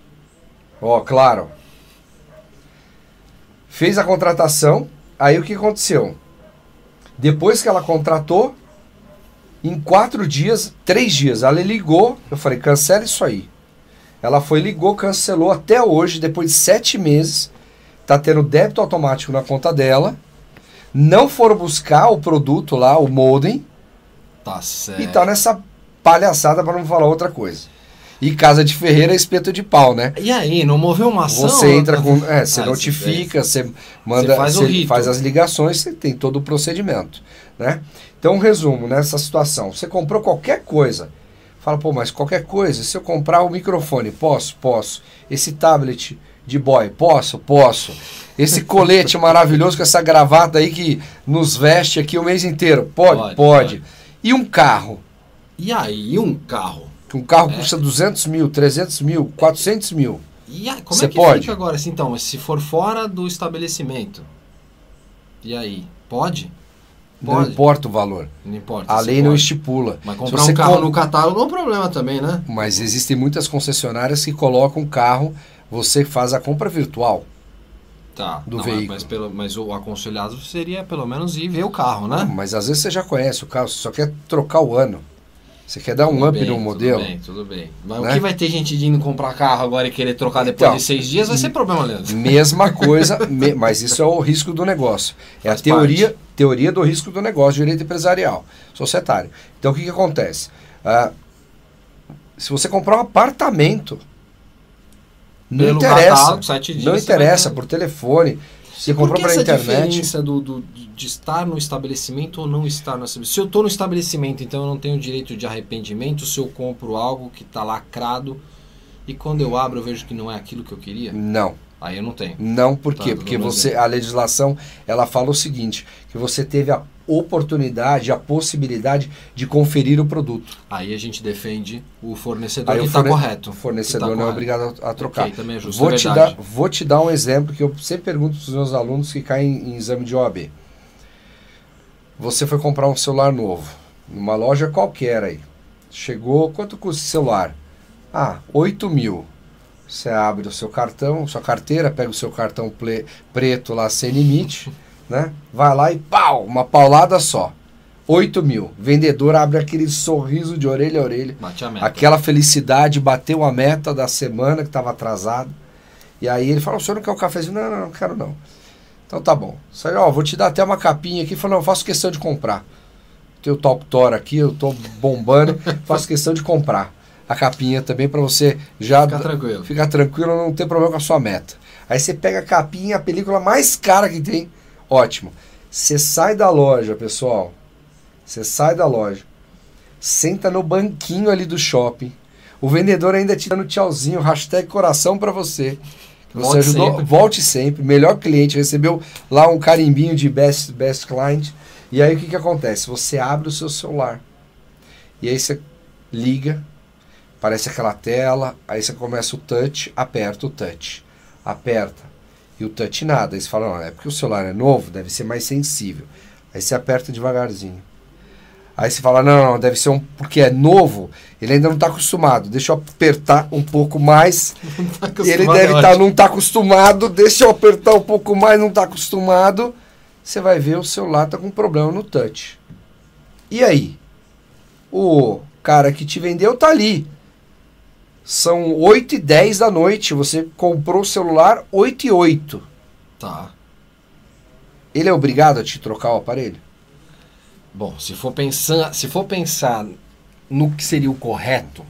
Claro. Fez a contratação. Aí o que aconteceu? Depois que ela contratou, em 4 dias, 3 dias, ela ligou, eu falei, cancela isso aí. Ela ligou, cancelou até hoje, depois de 7 meses, tá tendo débito automático na conta dela, não foram buscar o produto lá, o modem, Tá certo. e tá nessa palhaçada para não falar outra coisa. E casa de ferreira é espeto de pau, né? E aí, não moveu uma ação? Você entra com... você notifica, você manda... Você faz as ligações, você tem todo o procedimento, né? Então, resumo, nessa situação. Você comprou qualquer coisa. Fala, pô, mas qualquer coisa, se eu comprar o microfone, posso. Esse tablet de boy, posso. Esse colete maravilhoso com essa gravata aí que nos veste aqui o mês inteiro. Pode. E um carro? E aí, um carro? Um carro custa 200 mil, 300 mil, 400 mil. E aí, como Você é que pode? fica agora? Assim, então, se for fora do estabelecimento, e aí, pode? Não importa o valor. Não importa. A lei não estipula. Mas comprar um carro no catálogo é um problema também, né? Mas existem muitas concessionárias que colocam o carro, você faz a compra virtual do veículo. Mas o aconselhado seria pelo menos ir ver o carro, né? Não, mas às vezes você já conhece o carro, você só quer trocar o ano. Você quer dar um up no modelo? Tudo bem. Mas né? O que vai ter gente indo comprar carro agora e querer trocar depois de 6 dias vai ser problema, Leandro. Mesma coisa, mas isso é o risco do negócio. É Faz a teoria do risco do negócio, direito empresarial, societário. Então o que acontece? Se você comprar um apartamento, não interessa. Catálogo, 7 dias, não interessa, por telefone. Você comprou pela internet. Qual é a diferença de estar no estabelecimento ou não estar no estabelecimento? Se eu estou no estabelecimento, então eu não tenho direito de arrependimento se eu compro algo que está lacrado e quando eu abro eu vejo que não é aquilo que eu queria? Não. Aí eu não tenho. Não, por quê? Porque a legislação, ela fala o seguinte, que você teve a oportunidade, a possibilidade de conferir o produto. Aí a gente defende o fornecedor que está correto. O fornecedor não é obrigado a trocar. Okay, também é justo, vou te dar um exemplo que eu sempre pergunto para os meus alunos que caem em exame de OAB. Você foi comprar um celular novo, numa loja qualquer aí. Chegou, quanto custa esse celular? 8 mil. Você abre o seu cartão, sua carteira, pega o seu cartão preto lá sem limite, né? Vai lá e pau, uma paulada só. 8 mil. Vendedor abre aquele sorriso de orelha a orelha. Bate a meta. Aquela felicidade, bateu a meta da semana que estava atrasado. E aí ele fala, o senhor não quer um cafezinho? Não quero não. Então tá bom. Sai, vou te dar até uma capinha aqui. Falou, não, eu faço questão de comprar. Tem o Top Tor aqui, eu tô bombando, faço questão de comprar. A capinha também para você já ficar tranquilo, não ter problema com a sua meta. Aí você pega a capinha, a película mais cara que tem, ótimo. Você sai da loja, pessoal, senta no banquinho ali do shopping, o vendedor ainda te dando tchauzinho, #coração para você. Você ajudou, volte sempre, melhor cliente, recebeu lá um carimbinho de best client. E aí o que acontece? Você abre o seu celular, e aí você liga, aparece aquela tela, aí você começa o touch, aperta o touch, aperta, e o touch nada. Aí você fala, não, é porque o celular é novo, deve ser mais sensível. Aí você aperta devagarzinho. Aí você fala, não, deve ser porque é novo, ele ainda não está acostumado, deixa eu apertar um pouco mais, ele não está acostumado, deixa eu apertar um pouco mais, não está acostumado, você vai ver o celular está com problema no touch. E aí? O cara que te vendeu está ali. São 8h10 da noite, você comprou o celular 8h08. Tá. Ele é obrigado a te trocar o aparelho? Bom, se for pensar no que seria o correto,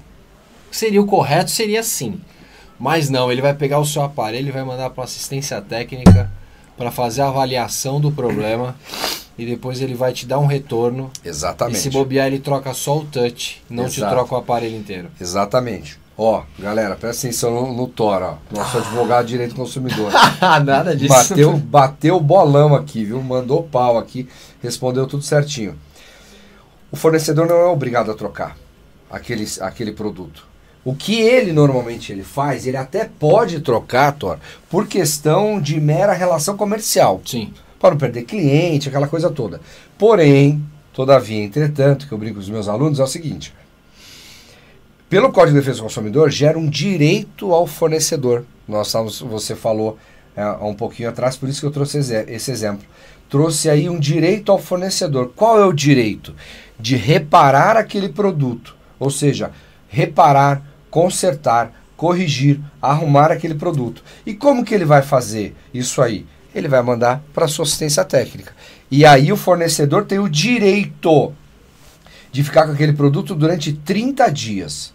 seria sim. Mas não, ele vai pegar o seu aparelho e vai mandar para assistência técnica para fazer a avaliação do problema e depois ele vai te dar um retorno. Exatamente. E se bobear, ele troca só o touch, não te troca o aparelho inteiro. Exatamente. Galera, presta atenção no Tor, nosso advogado de direito do consumidor. Nada disso. Bateu o bolão aqui, viu? Mandou pau aqui, respondeu tudo certinho. O fornecedor não é obrigado a trocar aquele produto. O que ele normalmente faz, ele até pode trocar, Tor, por questão de mera relação comercial. Sim. Para não perder cliente, aquela coisa toda. Porém, todavia, entretanto, que eu brinco com os meus alunos, é o seguinte. Pelo Código de Defesa do Consumidor, gera um direito ao fornecedor. Você falou um pouquinho atrás, por isso que eu trouxe esse exemplo. Trouxe aí um direito ao fornecedor. Qual é o direito? De reparar aquele produto. Ou seja, reparar, consertar, corrigir, arrumar aquele produto. E como que ele vai fazer isso aí? Ele vai mandar para a sua assistência técnica. E aí o fornecedor tem o direito de ficar com aquele produto durante 30 dias.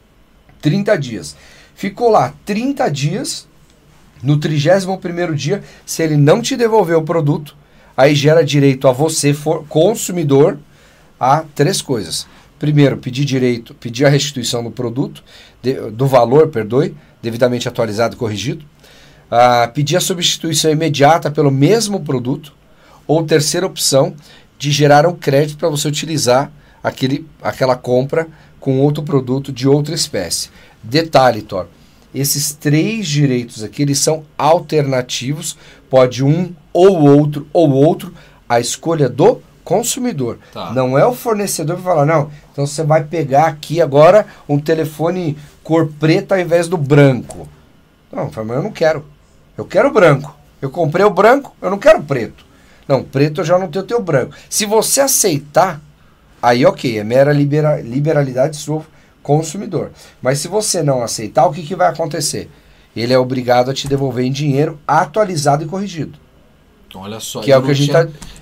30 dias. Ficou lá 30 dias, no 31º dia, se ele não te devolver o produto, aí gera direito a você, consumidor, a 3 coisas. Primeiro, pedir a restituição do produto, do valor, devidamente atualizado e corrigido. Pedir a substituição imediata pelo mesmo produto. Ou terceira opção, de gerar um crédito para você utilizar aquela compra com outro produto de outra espécie. Detalhe, Thor, esses 3 direitos aqui, eles são alternativos, pode um ou outro, a escolha do consumidor. Tá. Não é o fornecedor que vai falar, não, então você vai pegar aqui agora um telefone cor preta ao invés do branco. Não, mas eu não quero. Eu quero branco. Eu comprei o branco, eu não quero preto. Não, preto eu já não tenho o teu branco. Se você aceitar, aí ok, é mera liberalidade do consumidor. Mas se você não aceitar, o que vai acontecer? Ele é obrigado a te devolver em dinheiro atualizado e corrigido. Olha só, que é o que a gente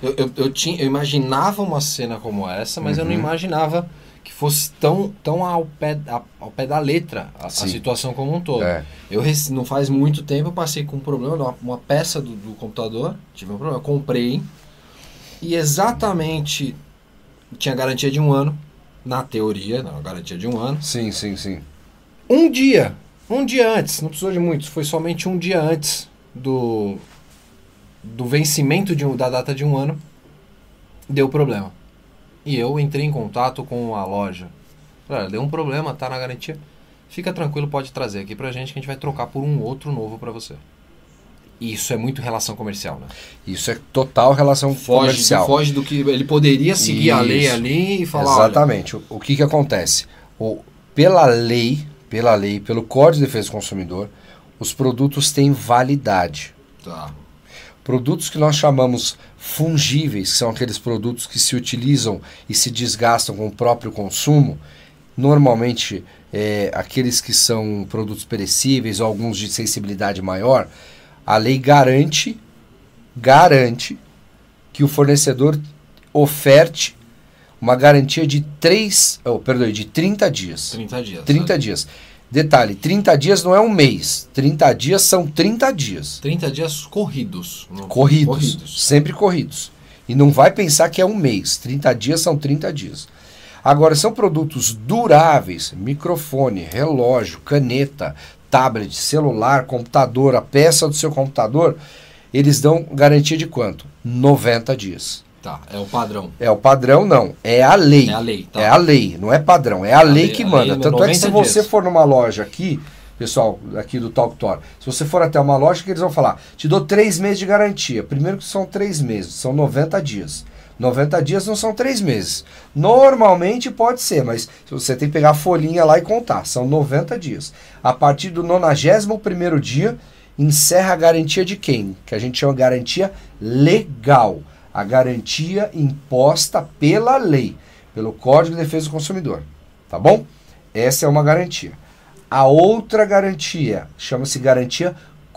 eu imaginava uma cena como essa, mas eu não imaginava que fosse tão ao pé da letra a situação como um todo. Não faz muito tempo eu passei com um problema, uma peça do computador, tive um problema, comprei e exatamente tinha garantia de 1 ano, na teoria, não, garantia de 1 ano. Sim. Um dia antes, não precisou de muito, foi somente um dia antes do vencimento da data de 1 ano, deu problema. E eu entrei em contato com a loja. Falei, deu um problema, tá na garantia. Fica tranquilo, pode trazer aqui pra gente que a gente vai trocar por um outro novo pra você. Isso é muito relação comercial, né? Isso é total relação comercial. Foge do que ele poderia seguir a lei ali e falar. Exatamente. O que acontece? Pela lei, pelo Código de Defesa do Consumidor, os produtos têm validade. Tá. Produtos que nós chamamos fungíveis, que são aqueles produtos que se utilizam e se desgastam com o próprio consumo, normalmente aqueles que são produtos perecíveis ou alguns de sensibilidade maior, a lei garante que o fornecedor oferte uma garantia de 30 dias. 30 dias. Detalhe, 30 dias não é um mês. 30 dias são 30 dias. 30 dias corridos. Corridos. Sempre corridos. E não vai pensar que é um mês. 30 dias são 30 dias. Agora, são produtos duráveis. Microfone, relógio, caneta, tablet, celular, computador, a peça do seu computador. Eles dão garantia de quanto? 90 dias. Tá, é o padrão. É o padrão, não. É a lei. É a lei, tá. É a lei, não é padrão. É a lei que manda. Tanto é que se você for numa loja aqui, pessoal, aqui do Talk Tor, se você for até uma loja, que eles vão falar, te dou 3 meses de garantia. Primeiro que são 3 meses, são 90 dias. 90 dias não são 3 meses. Normalmente pode ser, mas você tem que pegar a folhinha lá e contar. São 90 dias. A partir do 91º dia, encerra a garantia de quem? Que a gente chama de garantia legal. A garantia imposta pela lei, pelo Código de Defesa do Consumidor. Tá bom? Essa é uma garantia. A outra garantia chama-se garantia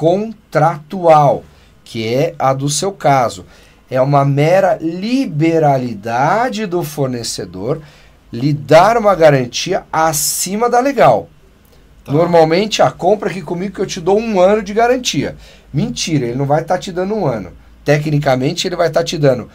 contratual, que é a do seu caso. É uma mera liberalidade do fornecedor lhe dar uma garantia acima da legal. Tá. Normalmente, a compra aqui comigo que eu te dou 1 ano de garantia. Mentira, ele não vai estar te dando 1 ano. Tecnicamente, ele vai estar te dando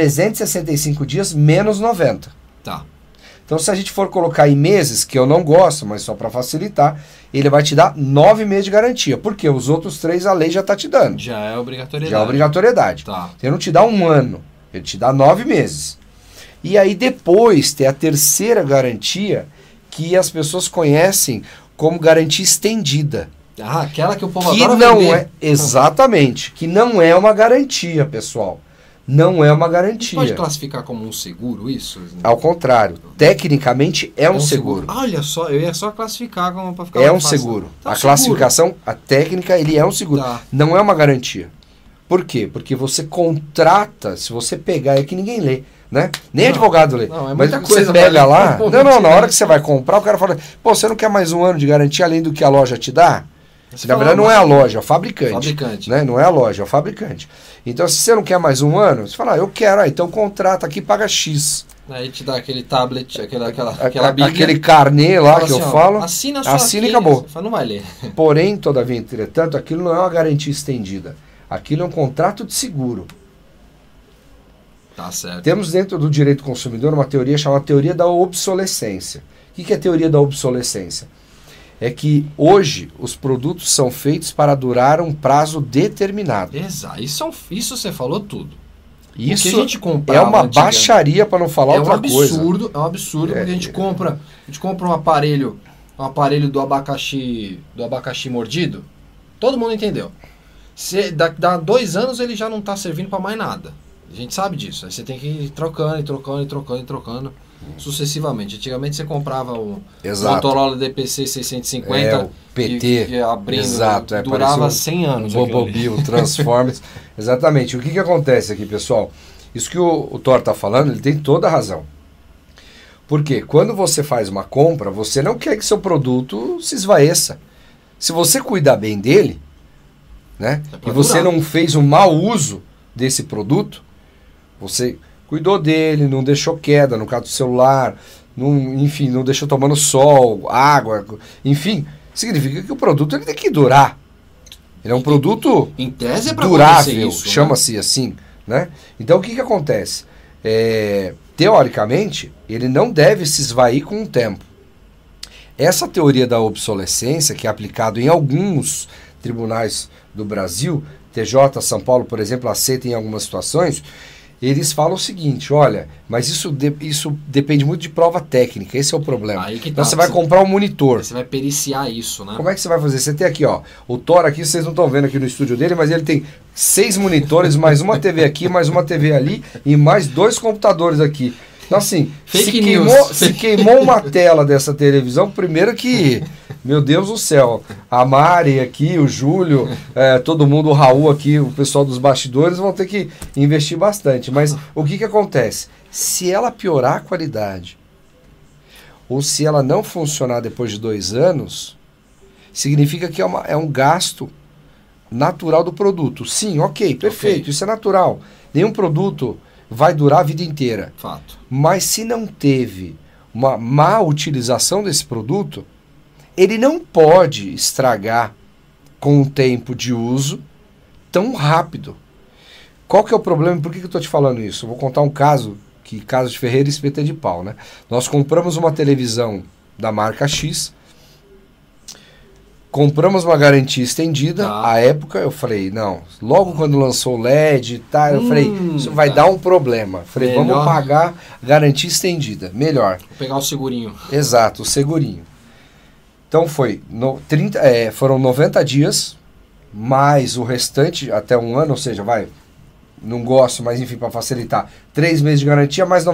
365 dias menos 90. Tá. Então, se a gente for colocar em meses, que eu não gosto, mas só para facilitar, ele vai te dar 9 meses de garantia. Porque os outros 3 a lei já está te dando. Já é obrigatoriedade. Já é obrigatoriedade. Tá. Ele não te dá 1 ano, ele te dá 9 meses. E aí depois tem a terceira garantia, que as pessoas conhecem como garantia estendida. Ah, aquela que o povo que adora não vender. É, exatamente, que não é uma garantia, pessoal. Não é uma garantia. Pode classificar como um seguro isso? Ao contrário, tecnicamente é um seguro. Olha só, eu ia só classificar como para ficar é um fácil. Seguro. Tá a classificação, a técnica, ele é um seguro. Tá. Não é uma garantia. Por quê? Porque você contrata, se você pegar, é que ninguém lê. Né? Nem advogado lê. Não, é mas coisa você pega lá. Não, na hora que você vai comprar, o cara fala: pô, você não quer mais 1 ano de garantia além do que a loja te dá? Na verdade, não é a loja, é o fabricante. Né? Não é a loja, é o fabricante. Então, se você não quer mais 1 ano, você fala: eu quero, então contrata aqui, paga X. Aí te dá aquele tablet, aquela bíblia. Aquele carnê lá que assim, eu falo. Assina e acabou. Você fala, não vai ler. Porém, todavia, entretanto, aquilo não é uma garantia estendida. Aquilo é um contrato de seguro. Tá certo. Temos dentro do direito do consumidor uma teoria chamada teoria da obsolescência. O que é a teoria da obsolescência? É que hoje os produtos são feitos para durar um prazo determinado. Exato. Isso você falou tudo. Isso o que a gente comprava, é uma baixaria, para não falar outra coisa. É um absurdo, porque a gente compra um aparelho do abacaxi mordido. Todo mundo entendeu. Dá 2 anos ele já não está servindo para mais nada. A gente sabe disso. Aí você tem que ir trocando sucessivamente. Antigamente você comprava o Motorola DPC 650, o PT, que abrindo, exato, durava 100 anos. O Bobobil, Transformers. Exatamente. O que acontece aqui, pessoal? Isso que o Thor está falando, ele tem toda a razão. Porque quando você faz uma compra, você não quer que seu produto se esvaeça. Se você cuidar bem dele, né, e você não fez um mau uso desse produto, você cuidou dele, não deixou queda no caso do celular, enfim, não deixou tomando sol, água, enfim, significa que o produto ele tem que durar. Ele é um produto em tese é pra durável, isso, chama-se, né? Assim, né? Então o que acontece? Teoricamente, ele não deve se esvair com o tempo. Essa teoria da obsolescência, que é aplicada em alguns tribunais do Brasil, TJ, São Paulo, por exemplo, aceita em algumas situações, eles falam o seguinte, olha, mas isso depende muito de prova técnica, esse é o problema. Aí que então você vai comprar um monitor. Você vai periciar isso, né? Como é que você vai fazer? Você tem aqui, ó, o Thor aqui, vocês não estão vendo aqui no estúdio dele, mas ele tem 6 monitores, mais uma TV aqui, mais uma TV ali e mais 2 computadores aqui. Então assim, se queimou uma tela dessa televisão, primeiro que, meu Deus do céu, a Mari aqui, o Júlio, todo mundo, o Raul aqui, o pessoal dos bastidores vão ter que investir bastante. Mas o que acontece? Se ela piorar a qualidade, ou se ela não funcionar depois de 2 anos, significa que é um gasto natural do produto. Sim, ok, perfeito, isso é natural. Nenhum produto vai durar a vida inteira. Fato. Mas se não teve uma má utilização desse produto, ele não pode estragar com o tempo de uso tão rápido. Qual que é o problema? Por que eu estou te falando isso? Eu vou contar um caso, caso de Ferreira e Espeta de Pau, né? Nós compramos uma televisão da marca X, compramos uma garantia estendida. À época eu falei, não, logo quando lançou o LED, eu falei, isso vai dar um problema. Falei, melhor. Vamos pagar garantia estendida, melhor. Vou pegar o segurinho. Exato, o segurinho. Então foram 90 dias, mais o restante até 1 ano, ou seja, não gosto, mas enfim, para facilitar, 3 meses de garantia, mais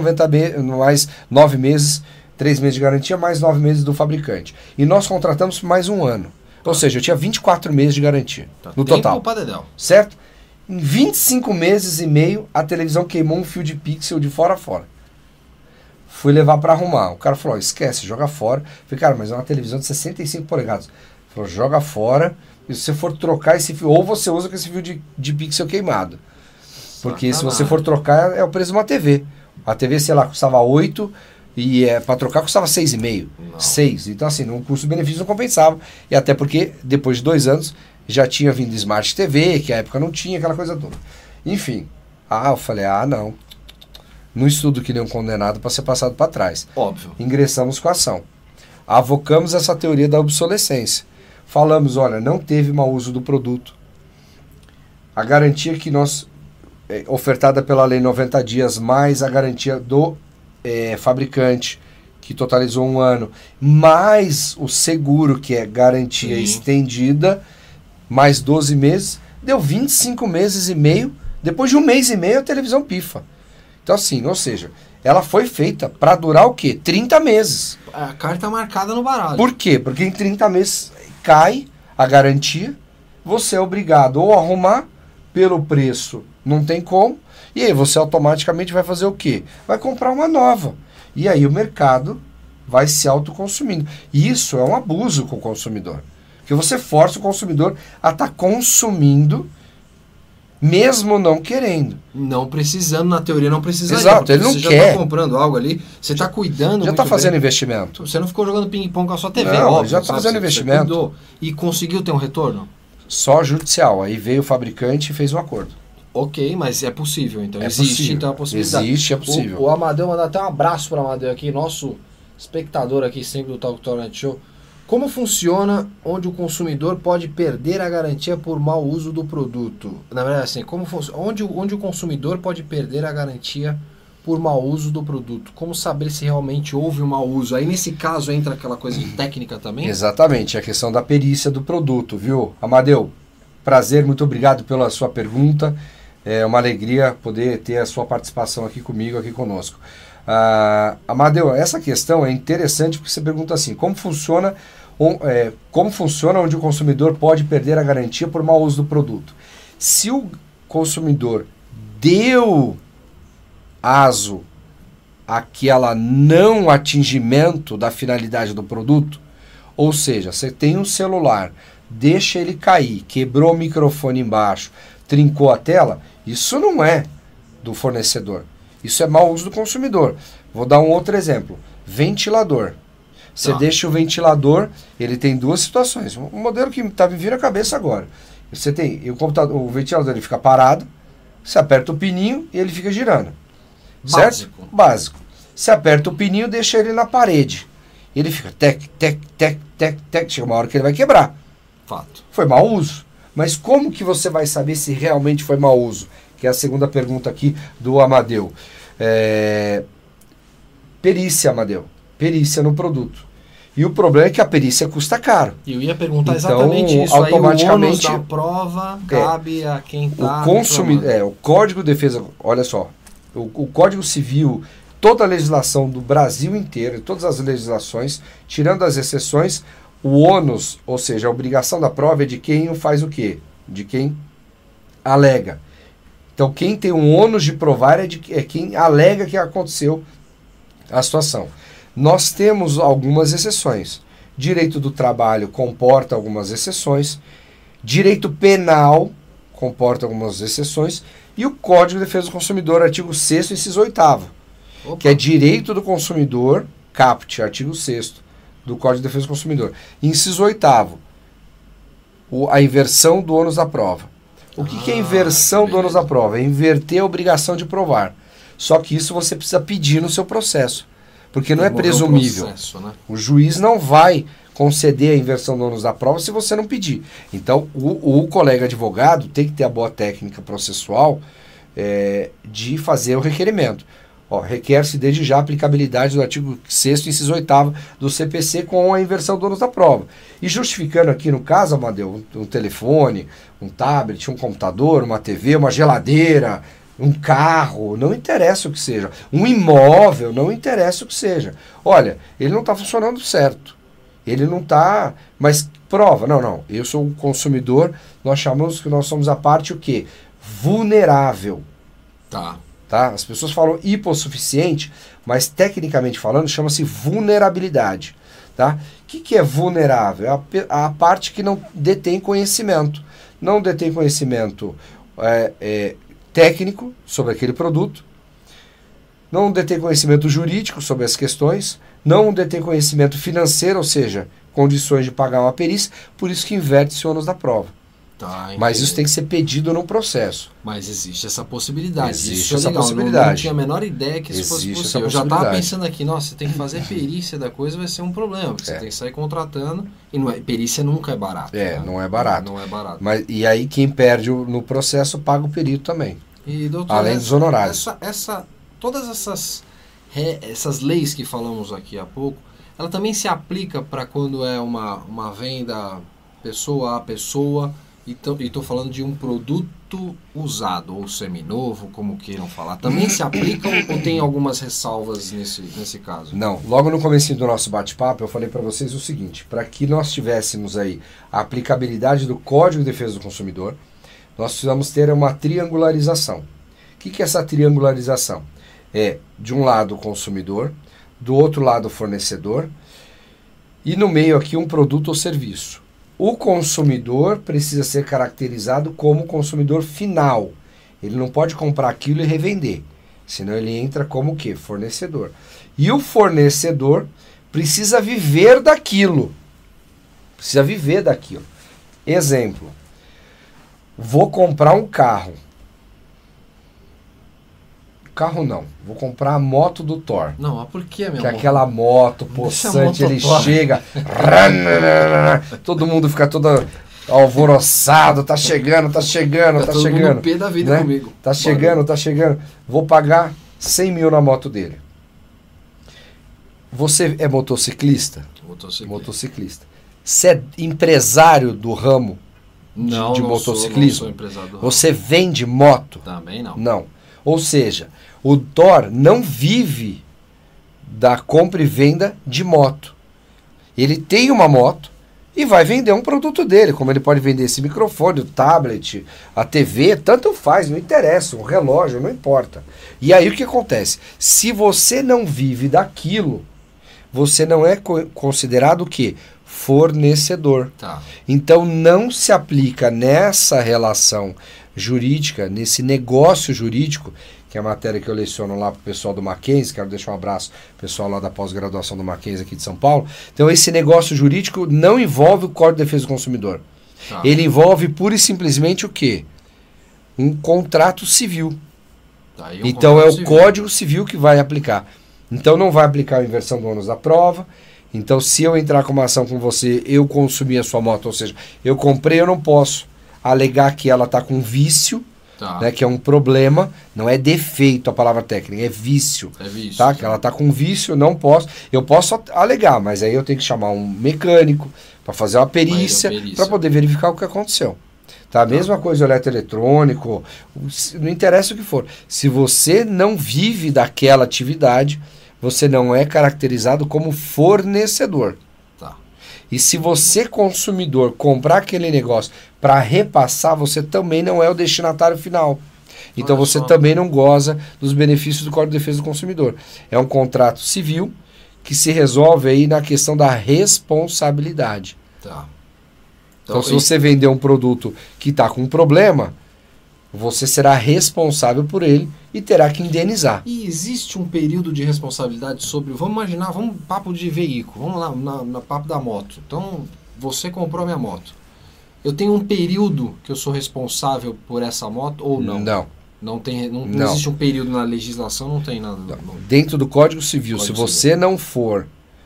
9 meses, 3 meses de garantia, mais 9 meses do fabricante. E nós contratamos mais 1 ano. Ou seja, eu tinha 24 meses de garantia no total. Certo? Em 25 meses e meio, a televisão queimou um fio de pixel de fora a fora. Fui levar para arrumar. O cara falou, esquece, joga fora. Falei, cara, mas é uma televisão de 65 polegadas. Ele falou, joga fora. E se você for trocar esse fio, ou você usa com esse fio de pixel queimado. Porque se você for trocar, é o preço de uma TV. A TV, sei lá, custava 8 e para trocar custava 6,5. 6. Então, assim, o custo-benefício não compensava. E até porque, depois de 2 anos, já tinha vindo Smart TV, que à época não tinha, aquela coisa toda. Enfim. Eu falei, não. Não estudo que nem um condenado para ser passado para trás. Óbvio. Ingressamos com a ação. Avocamos essa teoria da obsolescência. Falamos, olha, não teve mau uso do produto. A garantia que nós, ofertada pela lei 90 dias, mais a garantia do fabricante, que totalizou 1 ano, mais o seguro, que é garantia estendida, mais 12 meses, deu 25 meses e meio. Depois de 1 mês e meio, a televisão pifa. Então, assim, ou seja, ela foi feita para durar o quê? 30 meses. A carta marcada no baralho. Por quê? Porque em 30 meses cai a garantia, você é obrigado ou a arrumar pelo preço, não tem como, e aí você automaticamente vai fazer o quê? Vai comprar uma nova. E aí o mercado vai se autoconsumindo. E isso é um abuso com o consumidor. Porque você força o consumidor a estar consumindo mesmo não querendo. Não precisando, na teoria não precisaria. Exato, ele não quer. Você já quer. está comprando algo ali, você está cuidando. Já está fazendo investimento. Você não ficou jogando ping-pong com a sua TV, Não, óbvio. já está fazendo investimento. Você cuidou e conseguiu ter um retorno? Só judicial. Aí veio o fabricante e fez um acordo. Ok, mas é possível, então. É Existe, possível. então, a possibilidade. Existe, é possível. O Amadeu, mandar até um abraço para o Amadeu aqui, nosso espectador aqui sempre do Talk Torrent Show. Como funciona onde o consumidor pode perder a garantia por mau uso do produto? Na verdade, assim, onde o consumidor pode perder a garantia por mau uso do produto? Como saber se realmente houve um mau uso? Aí, nesse caso, entra aquela coisa de técnica também? Exatamente, a questão da perícia do produto, viu? Amadeu, prazer, muito obrigado pela sua pergunta. É uma alegria poder ter a sua participação aqui comigo, aqui conosco. Amadeu, essa questão é interessante porque você pergunta assim, como funciona onde o consumidor pode perder a garantia por mau uso do produto? Se o consumidor deu aso àquela não atingimento da finalidade do produto, ou seja, você tem um celular, deixa ele cair, quebrou o microfone embaixo, trincou a tela, isso não é do fornecedor. Isso é mau uso do consumidor. Vou dar um outro exemplo. Ventilador. Você deixa o ventilador, ele tem duas situações. Um modelo que está me vindo à cabeça agora. Você tem o ventilador, ele fica parado, você aperta o pininho e ele fica girando. Certo? Básico. Você aperta o pininho, deixa ele na parede. Ele fica tec, tec, tec, tec, tec. Chega uma hora que ele vai quebrar. Fato. Foi mau uso. Mas como que você vai saber se realmente foi mau uso? Que é a segunda pergunta aqui do Amadeu. Perícia, Amadeu. Perícia no produto. E o problema é que a perícia custa caro. Eu ia perguntar então, exatamente isso. Automaticamente, aí o ônus da prova cabe a quem está... O Código de Defesa... Olha só. O Código Civil, toda a legislação do Brasil inteiro, todas as legislações, tirando as exceções, o ônus, ou seja, a obrigação da prova é de quem faz o quê? De quem alega. Então, quem tem um ônus de provar é quem alega que aconteceu a situação. Nós temos algumas exceções. Direito do trabalho comporta algumas exceções. Direito penal comporta algumas exceções. E o Código de Defesa do Consumidor, artigo 6º, inciso 8º, que é direito do consumidor, caput, artigo 6º do Código de Defesa do Consumidor. Inciso 8º, a inversão do ônus da prova. O que é inversão do ônus da prova? É inverter a obrigação de provar. Só que isso você precisa pedir no seu processo. Porque não é presumível. Processo, né? O juiz não vai conceder a inversão do ônus da prova se você não pedir. Então, o colega advogado tem que ter a boa técnica processual de fazer o requerimento. Requer-se desde já a aplicabilidade do artigo 6º, inciso 8º do CPC com a inversão do ônus da prova. E justificando aqui no caso, Amadeu, um telefone, um tablet, um computador, uma TV, uma geladeira, um carro, não interessa o que seja. Um imóvel, não interessa o que seja. Olha, ele não está funcionando certo. Ele não está... Mas prova. Não. Eu sou um consumidor, nós chamamos que nós somos a parte o quê? Vulnerável. Tá? As pessoas falam hipossuficiente, mas tecnicamente falando chama-se vulnerabilidade. Tá? O que é vulnerável? É a parte que não detém conhecimento. Não detém conhecimento técnico sobre aquele produto, não detém conhecimento jurídico sobre as questões, não detém conhecimento financeiro, ou seja, condições de pagar uma perícia, por isso que inverte-se o ônus da prova. Mas isso tem que ser pedido no processo. Mas existe essa possibilidade. Existe essa possibilidade. Não tinha a menor ideia que isso fosse possível. Eu já estava pensando aqui, nossa, você tem que fazer perícia da coisa, vai ser um problema, porque você tem que sair contratando, e perícia nunca é barato. Né? Não é barato. Não é barato. Mas, e aí quem perde no processo paga o perito também. E, doutor, além dos honorários. Todas essas leis que falamos aqui há pouco, ela também se aplica para quando é uma venda pessoa a pessoa. E estou falando de um produto usado, ou seminovo, como queiram falar. Também se aplicam ou tem algumas ressalvas nesse caso? Não. Logo no começo do nosso bate-papo, eu falei para vocês o seguinte, para que nós tivéssemos aí a aplicabilidade do Código de Defesa do Consumidor, nós precisamos ter uma triangularização. O que é essa triangularização? De um lado o consumidor, do outro lado o fornecedor, e no meio aqui um produto ou serviço. O consumidor precisa ser caracterizado como consumidor final. Ele não pode comprar aquilo e revender. Senão ele entra como o quê? Fornecedor. E o fornecedor precisa viver daquilo. Precisa viver daquilo. Exemplo. Vou comprar um carro. Carro não. Vou comprar a moto do Thor. Não, mas por que, meu Que é amor? aquela moto possante, ele chega, todo mundo fica todo alvoroçado, tá chegando, tá chegando. No pé da vida, né? comigo. Tá chegando. Vou pagar 100 mil na moto dele. Você é motociclista? Motociclista. Você é empresário do ramo de motociclismo? Sou empresário do ramo. Você vende moto? Também não. Não. Ou seja, o Thor não vive da compra e venda de moto. Ele tem uma moto e vai vender um produto dele, como ele pode vender esse microfone, o tablet, a TV, tanto faz, não interessa, um relógio, não importa. E aí o que acontece? Se você não vive daquilo, você não é considerado o quê? Fornecedor. Tá. Então não se aplica nessa relação jurídica, nesse negócio jurídico, que é a matéria que eu leciono lá para o pessoal do Mackenzie, quero deixar um abraço pro pessoal lá da pós-graduação do Mackenzie aqui de São Paulo. Então esse negócio jurídico não envolve o Código de Defesa do Consumidor. Tá. Ele envolve pura e simplesmente o quê? Um contrato civil. Tá, e Então é o civil. Código Civil que vai aplicar. Então não vai aplicar a inversão do ônus da prova. Então se eu entrar com uma ação com você, eu consumi a sua moto, ou seja, eu comprei, eu não posso alegar que ela está com vício, Tá. né, que é um problema, não é defeito a palavra técnica, é vício. É vício. Tá? Que ela está com vício, eu não posso. Eu posso alegar, mas aí eu tenho que chamar um mecânico para fazer uma perícia, para poder verificar o que aconteceu. Tá? A mesma coisa o eletroeletrônico, não interessa o que for. Se você não vive daquela atividade, você não é caracterizado como fornecedor. Tá. E se você, consumidor, comprar aquele negócio para repassar, você também não é o destinatário final. Então Olha você só. também não goza dos benefícios do Código de Defesa do Consumidor. É um contrato civil que se resolve aí na questão da responsabilidade. Tá. Então se você vender um produto que está com um problema, você será responsável por ele e terá que indenizar. E existe um período de responsabilidade sobre... Vamos imaginar, papo de veículo, vamos lá, na papo da moto. Então, você comprou a minha moto. Eu tenho um período que eu sou responsável por essa moto ou não? Não. Não existe um período na legislação, não tem nada. Dentro do Código Civil, se você não for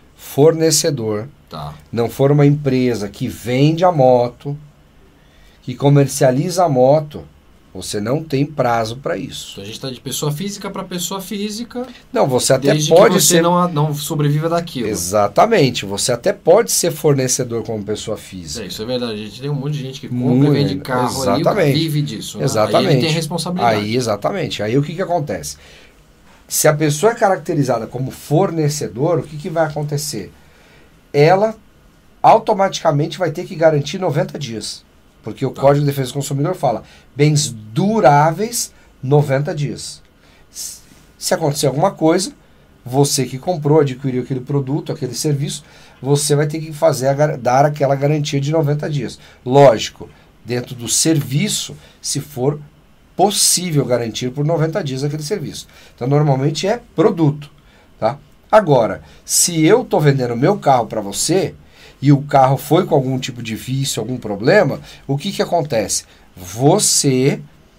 fornecedor, Tá. não for uma empresa que vende a moto, que comercializa a moto, você não tem prazo para isso. Então a gente está de pessoa física para pessoa física. Não, você até desde pode que você ser... não sobreviva daquilo. Exatamente, você até pode ser fornecedor como pessoa física. Isso é verdade. A gente tem um monte de gente que compra e vende carro aí, o cara vive disso. Né? Exatamente. Aí ele tem responsabilidade. Aí, exatamente. Aí o que acontece? Se a pessoa é caracterizada como fornecedor, o que vai acontecer? Ela automaticamente vai ter que garantir 90 dias. Porque o Código de Defesa do Consumidor fala bens duráveis 90 dias. Se acontecer alguma coisa, você que comprou, adquiriu aquele produto, aquele serviço, você vai ter que dar aquela garantia de 90 dias. Lógico, dentro do serviço, se for possível garantir por 90 dias aquele serviço. Então, normalmente é produto. Tá? Agora, se eu estou vendendo meu carro para você e o carro foi com algum tipo de vício, algum problema, o que acontece? Você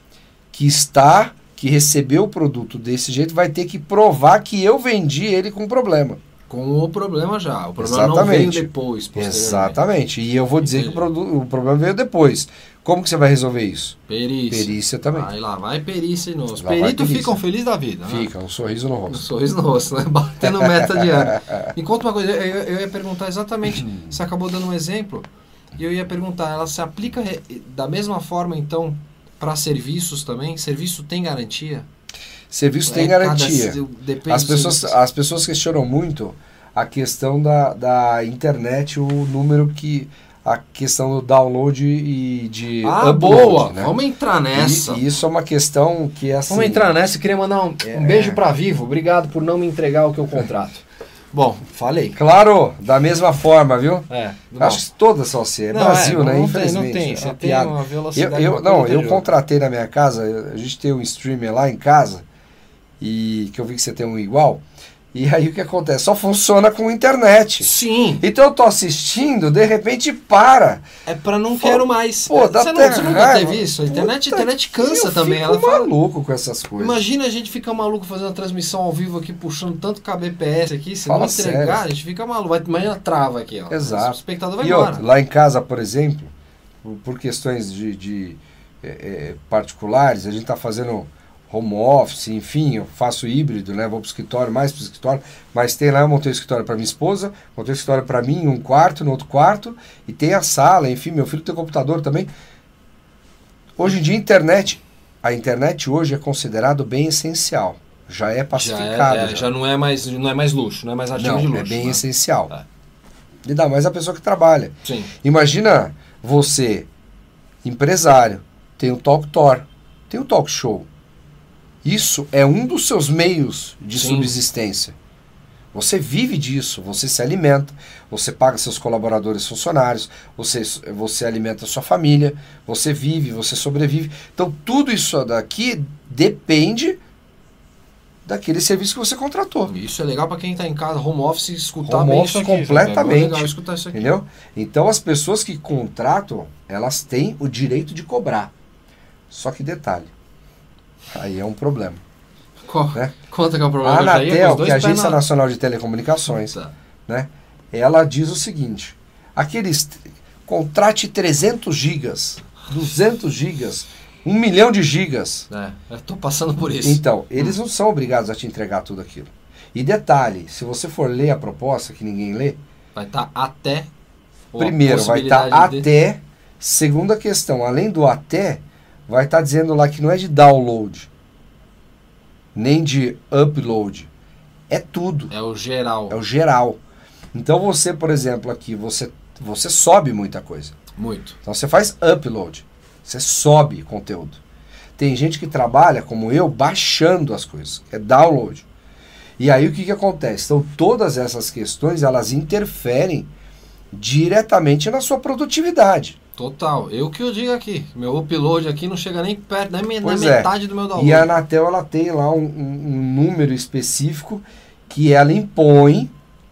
que recebeu o produto desse jeito vai ter que provar que eu vendi ele com problema. Com o problema já. O problema não veio depois. Exatamente. E eu vou dizer que o problema veio depois. Como que você vai resolver isso? Perícia também. Vai lá, vai perícia e nos. Peritos ficam felizes da vida. Fica, um sorriso no rosto. Um sorriso no rosto, né? Batendo meta de ano. Me conta uma coisa, eu ia perguntar exatamente, você acabou dando um exemplo, e eu ia perguntar, ela se aplica da mesma forma, então, para serviços também? Serviço tem garantia? Serviço tem garantia. As pessoas questionam muito a questão da internet, o número que... A questão do download e de upload. Boa! Né? Vamos entrar nessa. E isso é uma questão que é assim... Vamos entrar nessa. Eu queria mandar um beijo para Vivo. Obrigado por não me entregar o que eu contrato. Bom, falei. Claro, da mesma forma, viu? Bom. Acho que todas são assim. É Brasil, né? Infelizmente. Não tem. É Você uma tem piada. uma velocidade. Eu contratei na minha casa, a gente tem um streamer lá em casa, e que eu vi que você tem um igual. E aí o que acontece? Só funciona com internet. Sim. Então eu tô assistindo, de repente para. É pra não quero mais. Pô, dá você nunca teve isso? A internet cansa também. Eu fico maluco com essas coisas. Imagina a gente ficar maluco fazendo a transmissão ao vivo aqui, puxando tanto kbps aqui. Se Fala não entregar, sério. a gente fica maluco. Amanhã trava aqui, ó. Exato. O espectador vai E embora. outra, lá em casa, por exemplo, por questões particulares, a gente tá fazendo home office, enfim, eu faço híbrido, né? Vou pro escritório, mais pro escritório, mas tem lá, eu montei o escritório para minha esposa, montei o escritório para mim em um quarto, no outro quarto, e tem a sala, enfim, meu filho tem computador também. Hoje em dia, a internet hoje é considerado bem essencial, já é pacificado. Já não é mais luxo, não é mais artigo de luxo. É bem né? essencial. É. E dá mais a pessoa que trabalha. Sim. Imagina você, empresário, tem o Talk Tour, tem o Talk Show. Isso é um dos seus meios de subsistência. Você vive disso, você se alimenta, você paga seus colaboradores, funcionários, você alimenta a sua família, você vive, você sobrevive. Então tudo isso daqui depende daquele serviço que você contratou. Isso é legal para quem está em casa, home office, escutar Home bem office isso aqui. completamente. É legal escutar isso aqui. Entendeu? Então as pessoas que contratam, elas têm o direito de cobrar. Só que detalhe, aí é um problema. Né? Conta que é o problema. A Anatel, que é a Agência Nacional de Telecomunicações, né? Ela diz o seguinte, contrate 300 gigas, 200 gigas, 1 milhão de gigas. Eu tô passando por isso. Então, eles não são obrigados a te entregar tudo aquilo. E detalhe, se você for ler a proposta, que ninguém lê, vai estar até... Primeiro, vai estar até. Segunda questão, além do até, vai estar dizendo lá que não é de download, nem de upload. É tudo. É o geral. É o geral. Então você, por exemplo, aqui, você sobe muita coisa. Muito. Então você faz upload. Você sobe conteúdo. Tem gente que trabalha, como eu, baixando as coisas. É download. E aí o que acontece? Então todas essas questões, elas interferem diretamente na sua produtividade. Total. Eu que eu digo aqui. Meu upload aqui não chega nem perto, na metade do meu download. E a Anatel, ela tem lá um número específico que ela impõe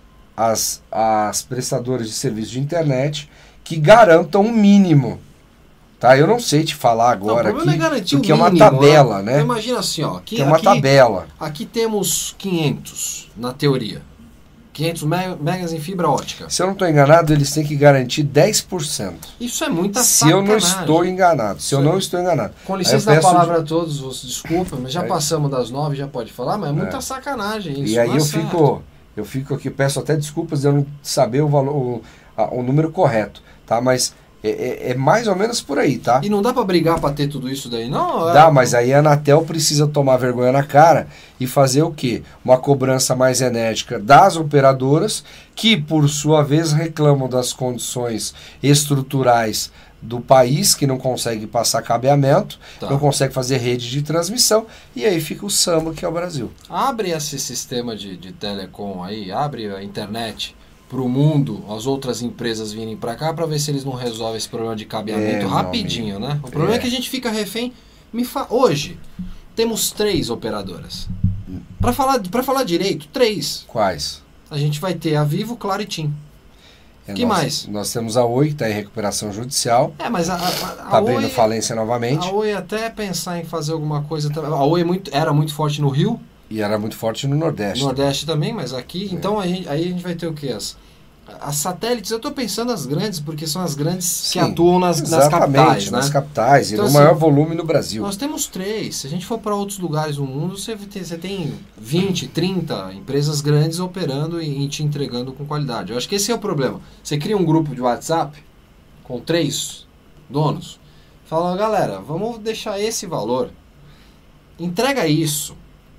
às prestadoras de serviço de internet que garantam um mínimo. Tá? Eu não sei te falar agora aqui, porque é uma tabela, né? Imagina assim, ó. Aqui, tem uma tabela. Aqui temos 500, na teoria. 500 megas em fibra ótica. Se eu não estou enganado, eles têm que garantir 10%. Isso é muita Se sacanagem. eu não estou enganado. Se eu não estou enganado. Com licença da palavra a todos, desculpa, mas já passamos das 9, já pode falar, mas é muita sacanagem isso. E aí eu fico aqui, peço até desculpas de eu não saber o valor, o número correto, tá? Mas é mais ou menos por aí, tá? E não dá para brigar para ter tudo isso daí, não? Dá, mas aí a Anatel precisa tomar vergonha na cara e fazer o quê? Uma cobrança mais enérgica das operadoras, que por sua vez reclamam das condições estruturais do país, que não consegue passar cabeamento, não consegue fazer rede de transmissão, e aí fica o samba que é o Brasil. Abre esse sistema de telecom aí, abre a internet para o mundo, as outras empresas virem para cá para ver se eles não resolvem esse problema de cabeamento rapidinho, né? O problema é que a gente fica refém. Hoje temos 3 operadoras. Para falar direito, 3. Quais? A gente vai ter a Vivo, Claro e TIM. Que mais? Nós temos a Oi, que está em recuperação judicial. Mas está abrindo falência novamente. A Oi até pensar em fazer alguma coisa. A Oi era muito forte no Rio. E era muito forte no Nordeste. No Nordeste também, mas aqui... Então aí a gente vai ter o quê? As satélites, eu estou pensando as grandes, porque são as grandes que atuam nas capitais, né? Nas capitais, então, e no maior volume no Brasil. Nós temos 3. Se a gente for para outros lugares do mundo, você tem 20, 30 empresas grandes operando e te entregando com qualidade. Eu acho que esse é o problema. Você cria um grupo de WhatsApp com 3 donos, fala, galera, vamos deixar esse valor, entrega isso,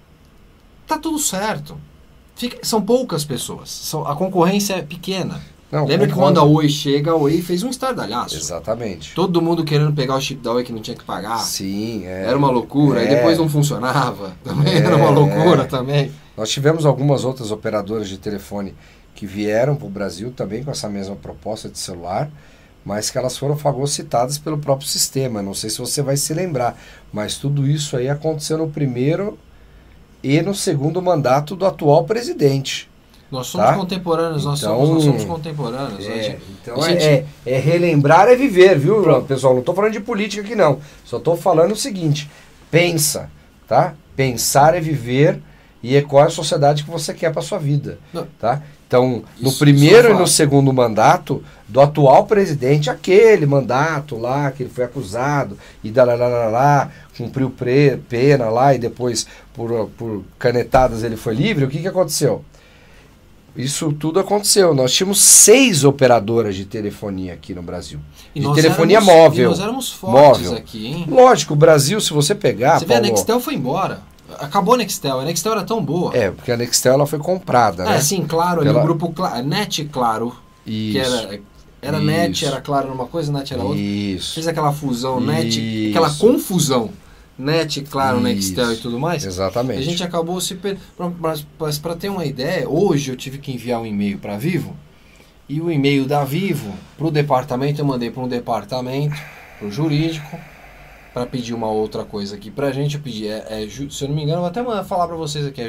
tá tudo certo. São poucas pessoas. A concorrência é pequena. Lembra que quando a Oi chega, a Oi fez um estardalhaço. Exatamente. Todo mundo querendo pegar o chip da Oi que não tinha que pagar. Sim, Era uma loucura. Aí depois não funcionava. Também era uma loucura também. Nós tivemos algumas outras operadoras de telefone que vieram para o Brasil também com essa mesma proposta de celular, mas que elas foram fagocitadas pelo próprio sistema. Não sei se você vai se lembrar, mas tudo isso aí aconteceu no primeiro e no segundo mandato do atual presidente. Nós somos contemporâneos, nós somos contemporâneos. É relembrar, é viver, viu, pessoal? Não estou falando de política aqui, não. Só estou falando o seguinte, pensa, tá? Pensar é viver e é qual é a sociedade que você quer para sua vida, tá? Então, no primeiro e no segundo mandato do atual presidente, aquele mandato lá que ele foi acusado e cumpriu pena lá e depois por canetadas ele foi livre, o que aconteceu? Isso tudo aconteceu. Nós tínhamos 6 operadoras de telefonia aqui no Brasil. De telefonia móvel. E nós éramos fortes aqui, hein? Lógico, o Brasil, se você pegar... Você vê, a Nextel foi embora. Acabou a Nextel era tão boa. Porque a Nextel ela foi comprada, né? Sim, claro, ali o grupo Net Claro. Isso. Que era Net, era Claro numa coisa, Net era outra. Isso. Fez aquela fusão, Net, aquela confusão. Net, Claro, Nextel e tudo mais. Exatamente. A gente acabou se... Mas para ter uma ideia, hoje eu tive que enviar um e-mail para a Vivo, e o e-mail da Vivo, para o departamento, eu mandei para um departamento, para o jurídico, para pedir uma outra coisa aqui para a gente. Eu pedi, se eu não me engano, eu vou até falar para vocês aqui, é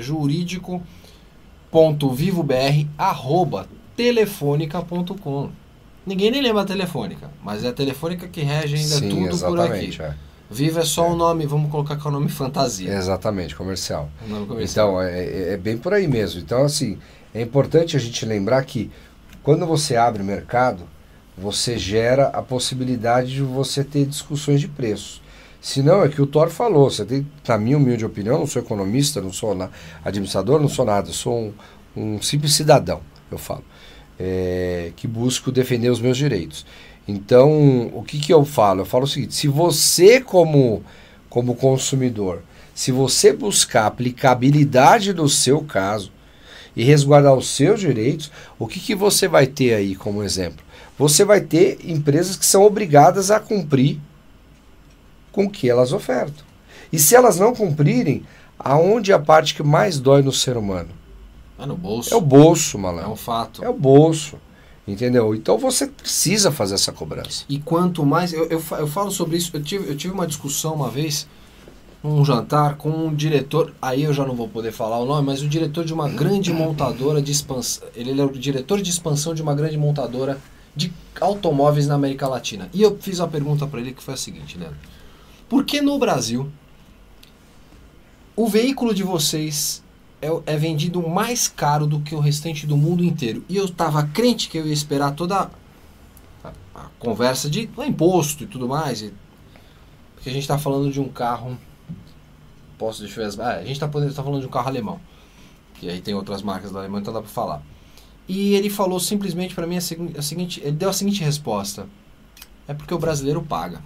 jurídico.vivobr@telefonica.com. Ninguém nem lembra a Telefônica, mas é a Telefônica que rege ainda tudo por aqui. Vivo é só o nome, vamos colocar que é o nome fantasia. Exatamente, comercial. O nome comercial. Então, é bem por aí mesmo. Então, assim, é importante a gente lembrar que quando você abre o mercado, você gera a possibilidade de você ter discussões de preço. Senão, é que o Thor falou, você tem, na minha humilde opinião, não sou economista, não sou administrador, não sou nada, eu sou um simples cidadão, eu falo, que busco defender os meus direitos. Então, o que eu falo? Eu falo o seguinte, se você como consumidor, se você buscar aplicabilidade no seu caso e resguardar os seus direitos, o que você vai ter aí como exemplo? Você vai ter empresas que são obrigadas a cumprir com o que elas ofertam. E se elas não cumprirem, aonde é a parte que mais dói no ser humano? É no bolso. É o bolso, malandro. É um fato. É o bolso. Entendeu? Então você precisa fazer essa cobrança. E quanto mais... Eu falo sobre isso. Eu tive uma discussão uma vez, num jantar, com um diretor... Aí eu já não vou poder falar o nome, mas o diretor de uma grande montadora de expansão... Ele é o diretor de expansão de uma grande montadora de automóveis na América Latina. E eu fiz uma pergunta para ele que foi a seguinte, Leandro. Por que no Brasil o veículo de vocês é vendido mais caro do que o restante do mundo inteiro? E eu estava crente que eu ia esperar toda a conversa de imposto e tudo mais. Porque a gente está falando de um carro... Deixa eu ver... a gente está falando de um carro alemão. Que aí tem outras marcas da Alemanha, então dá para falar. E ele falou simplesmente para mim ele deu a seguinte resposta. É porque o brasileiro paga.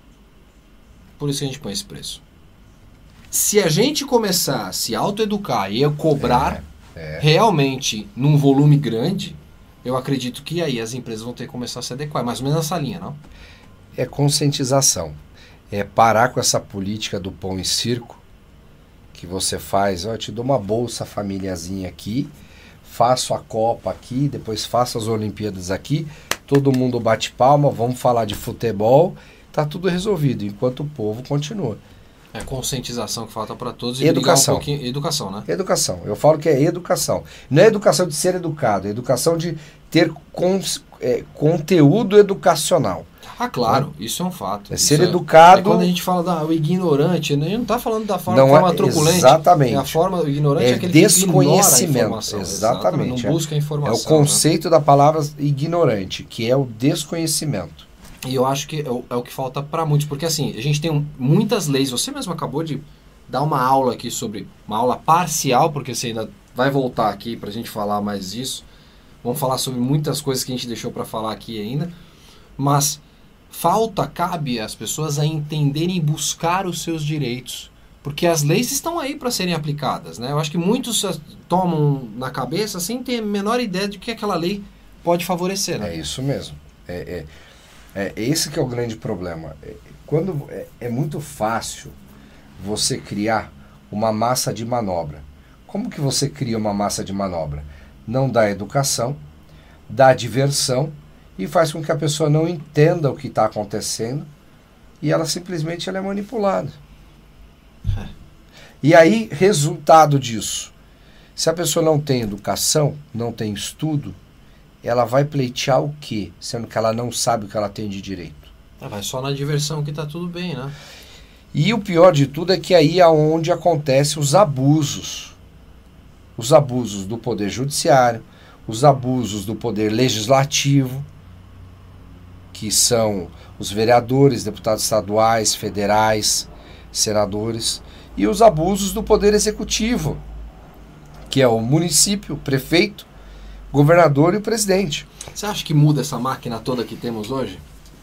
Por isso que a gente põe esse preço. Se a gente começar a se autoeducar e cobrar realmente num volume grande, eu acredito que aí as empresas vão ter que começar a se adequar. Mais ou menos nessa linha, não? É conscientização. É parar com essa política do pão e circo que você faz. Eu te dou uma bolsa famíliazinha aqui, faço a Copa aqui, depois faço as Olimpíadas aqui, todo mundo bate palma, vamos falar de futebol, tá tudo resolvido, enquanto o povo continua. É conscientização que falta para todos. E educação. Educação, né? Educação. Eu falo que é educação. Não é educação de ser educado, é educação de ter conteúdo educacional. Ah, claro, isso é um fato. É ser educado. Quando a gente fala o ignorante, a gente não está falando da forma truculente. Exatamente. A forma ignorante é aquele desconhecimento. Que ignora a informação. Exatamente. Não busca a informação. É o conceito da palavra ignorante, que é o desconhecimento. E eu acho que é o que falta para muitos, porque assim, a gente tem muitas leis, você mesmo acabou de dar uma aula aqui sobre, uma aula parcial, porque você ainda vai voltar aqui para a gente falar mais disso, vamos falar sobre muitas coisas que a gente deixou para falar aqui ainda, mas cabe às pessoas a entenderem e buscar os seus direitos, porque as leis estão aí para serem aplicadas, né? Eu acho que muitos tomam na cabeça sem ter a menor ideia de que aquela lei pode favorecer, né? É isso mesmo, esse que é o grande problema. Quando é muito fácil você criar uma massa de manobra. Como que você cria uma massa de manobra? Não dá educação, dá diversão e faz com que a pessoa não entenda o que está acontecendo e ela simplesmente ela é manipulada. E aí, resultado disso, se a pessoa não tem educação, não tem estudo, ela vai pleitear o quê? Sendo que ela não sabe o que ela tem de direito. Vai só na diversão que tá tudo bem, né? E o pior de tudo é que aí é onde acontecem os abusos. Os abusos do poder judiciário, os abusos do poder legislativo, que são os vereadores, deputados estaduais, federais, senadores, e os abusos do poder executivo, que é o município, o prefeito, governador e o presidente. Você acha que muda essa máquina toda que temos hoje?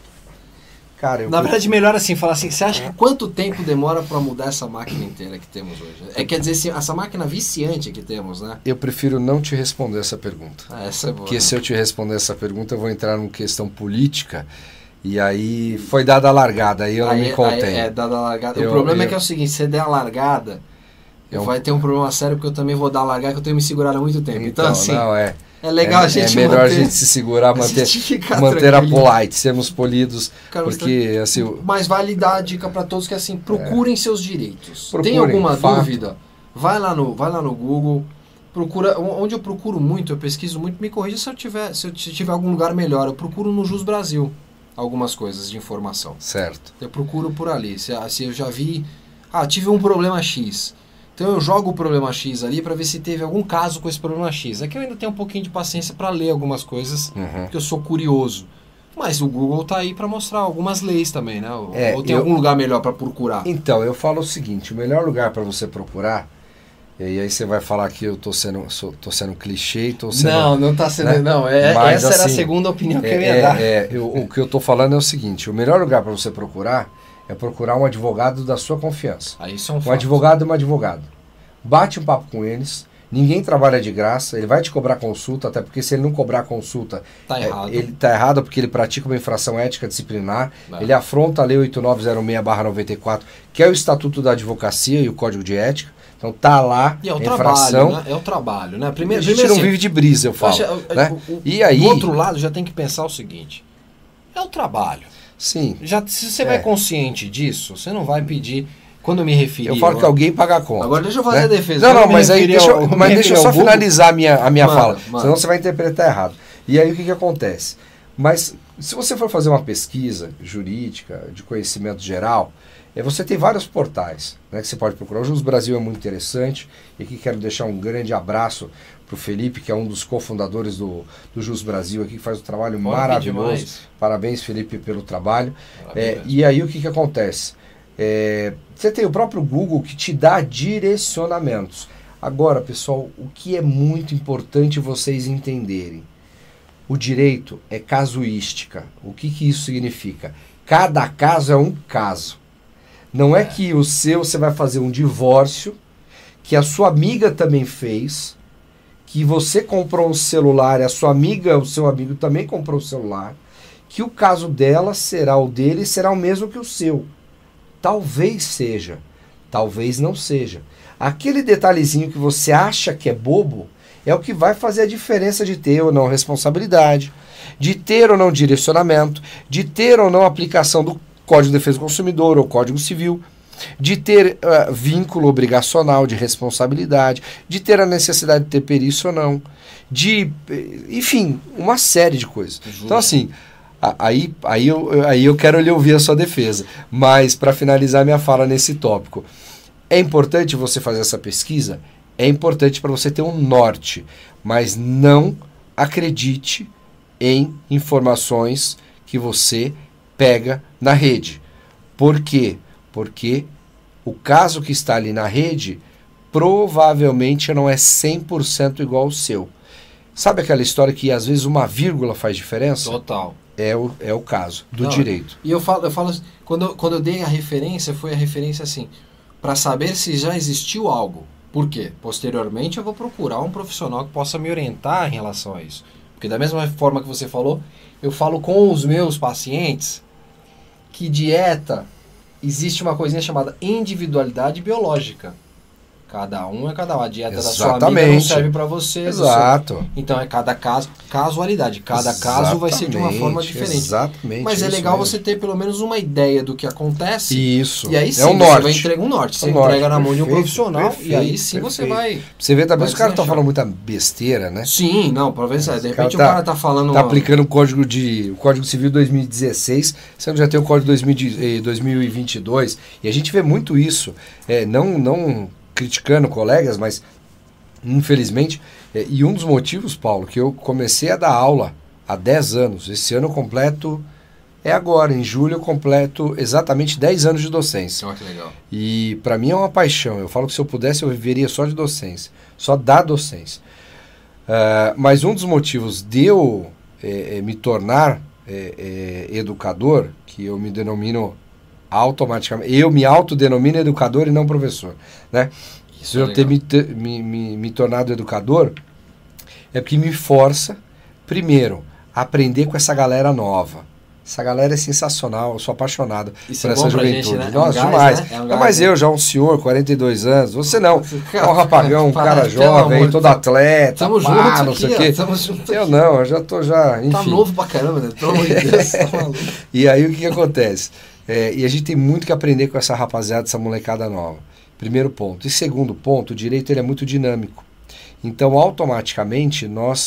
Cara, Na verdade, melhor assim, falar assim, você acha que quanto tempo demora para mudar essa máquina inteira que temos hoje? Quer dizer, assim, essa máquina viciante que temos, né? Eu prefiro não te responder essa pergunta. Essa é boa. Porque se eu te responder essa pergunta, eu vou entrar numa questão política, e aí foi dada a largada, aí eu não me contenho. Dada a largada. O problema é que é o seguinte, se der a largada, vai ter um problema sério, porque eu também vou dar a largada, que eu tenho me segurado há muito tempo. Então assim... Não, É legal a gente É melhor manter, a gente se segurar, manter a polite, sermos polidos, cara, porque assim... Mas vale dar a dica para todos que assim, procurem seus direitos. Procurem, tem alguma fato. dúvida? Vai lá no Google, procura, onde eu procuro muito, eu pesquiso muito, me corrija se eu tiver algum lugar melhor, eu procuro no Jus Brasil algumas coisas de informação. Certo. Eu procuro por ali, se eu já vi, tive um problema X. Então eu jogo o problema X ali para ver se teve algum caso com esse problema X. É que eu ainda tenho um pouquinho de paciência para ler algumas coisas, porque eu sou curioso. Mas o Google tá aí para mostrar algumas leis também, né? Ou tem algum lugar melhor para procurar? Então, eu falo o seguinte, o melhor lugar para você procurar, e aí você vai falar que eu tô sendo clichê, tô sendo... Não tá sendo... Né? Não, Mas, essa era a assim, segunda opinião que eu ia dar. O que eu tô falando é o seguinte, o melhor lugar para você procurar é procurar um advogado da sua confiança. Aí isso é um Um advogado e uma advogada. Bate um papo com eles, ninguém trabalha de graça, ele vai te cobrar consulta, até porque se ele não cobrar consulta, Tá errado. ele tá errado porque ele pratica uma infração ética disciplinar, ele afronta a Lei 8906/94, que é o Estatuto da Advocacia e o Código de Ética, então tá lá E é o infração. trabalho, né? É o trabalho, né? A gente não vive de brisa, eu falo. Né? E aí, do outro lado já tem que pensar o seguinte, é o trabalho. Sim. Se você vai consciente disso, você não vai pedir... Quando eu me referi... Eu falo que alguém paga a conta. Agora deixa eu fazer a defesa. Não, mas aí deixa eu só finalizar a minha fala. Mano. Senão você vai interpretar errado. E aí o que acontece? Mas se você for fazer uma pesquisa jurídica, de conhecimento geral, você tem vários portais, né, que você pode procurar. O Jus Brasil é muito interessante. E aqui quero deixar um grande abraço para o Felipe, que é um dos cofundadores do Jus Brasil, aqui, que faz um trabalho maravilhoso. Parabéns, Felipe, pelo trabalho. E aí o que acontece? Você tem o próprio Google que te dá direcionamentos. Agora, pessoal, o que é muito importante vocês entenderem? O direito é casuística. O que isso significa? Cada caso é um caso. Não é que o seu, você vai fazer um divórcio, que a sua amiga também fez, que você comprou um celular e a sua amiga, o seu amigo também comprou um celular, que o caso dela será o dele e será o mesmo que o seu. Talvez seja, talvez não seja. Aquele detalhezinho que você acha que é bobo é o que vai fazer a diferença de ter ou não responsabilidade, de ter ou não direcionamento, de ter ou não aplicação do Código de Defesa do Consumidor ou Código Civil, de ter vínculo obrigacional de responsabilidade, de ter a necessidade de ter perícia ou não, enfim, uma série de coisas. Justo. Então assim... Aí eu quero lhe ouvir a sua defesa. Mas, para finalizar minha fala nesse tópico, é importante você fazer essa pesquisa? É importante para você ter um norte. Mas não acredite em informações que você pega na rede. Por quê? Porque o caso que está ali na rede provavelmente não é 100% igual ao seu. Sabe aquela história que às vezes uma vírgula faz diferença? Total. É o caso do direito. E eu falo quando eu dei a referência, foi a referência assim, para saber se já existiu algo. Por quê? Posteriormente eu vou procurar um profissional que possa me orientar em relação a isso. Porque da mesma forma que você falou, eu falo com os meus pacientes que dieta, existe uma coisinha chamada individualidade biológica. Cada um é cada um. A dieta da sua Exatamente. amiga não serve para você. Exato. Então é cada caso, casualidade. Cada caso vai ser de uma forma diferente. Exatamente. Mas é legal você ter pelo menos uma ideia do que acontece. Isso. E aí sim, é um você norte. vai entregar um norte. Você norte. entrega na mão de um Perfeito, profissional e aí perfeito, sim você perfeito. vai... Você vê também, vai os caras estão deslanchar. falando muita besteira, né? Sim, não, pra ver, de repente o tá- cara tá falando... Tá aplicando o Código Civil 2016, você já tem o Código 2022, e a gente vê muito isso, não criticando colegas, mas infelizmente, e um dos motivos, Paulo, que eu comecei a dar aula há 10 anos, esse ano eu completo, agora, em julho eu completo exatamente 10 anos de docência. Olha que legal. E para mim é uma paixão, eu falo que se eu pudesse eu viveria só de docência, só da docência. Mas um dos motivos de eu me tornar educador, que eu me denomino automaticamente, eu me autodenomino educador e não professor, né? Isso Se é eu ter legal. me tornado educador, é porque me força, primeiro, a aprender com essa galera nova. Essa galera é sensacional, eu sou apaixonado Isso por é essa bom pra juventude. gente, né? Nossa, É um demais. gás, né? É um Não, gás, mas né? eu, já um senhor, 42 anos, você não. É um rapagão, um cara Pelo jovem, amor todo de Deus. atleta, Tamo pá, juntos não aqui, sei o ó, quê. tamo juntos Eu aqui. não, eu já tô enfim. Tá novo pra caramba, né? Pelo amor de Deus, tá maluco. E aí o que acontece? E a gente tem muito que aprender com essa rapaziada, essa molecada nova. Primeiro ponto. E segundo ponto, o direito ele é muito dinâmico. Então, automaticamente,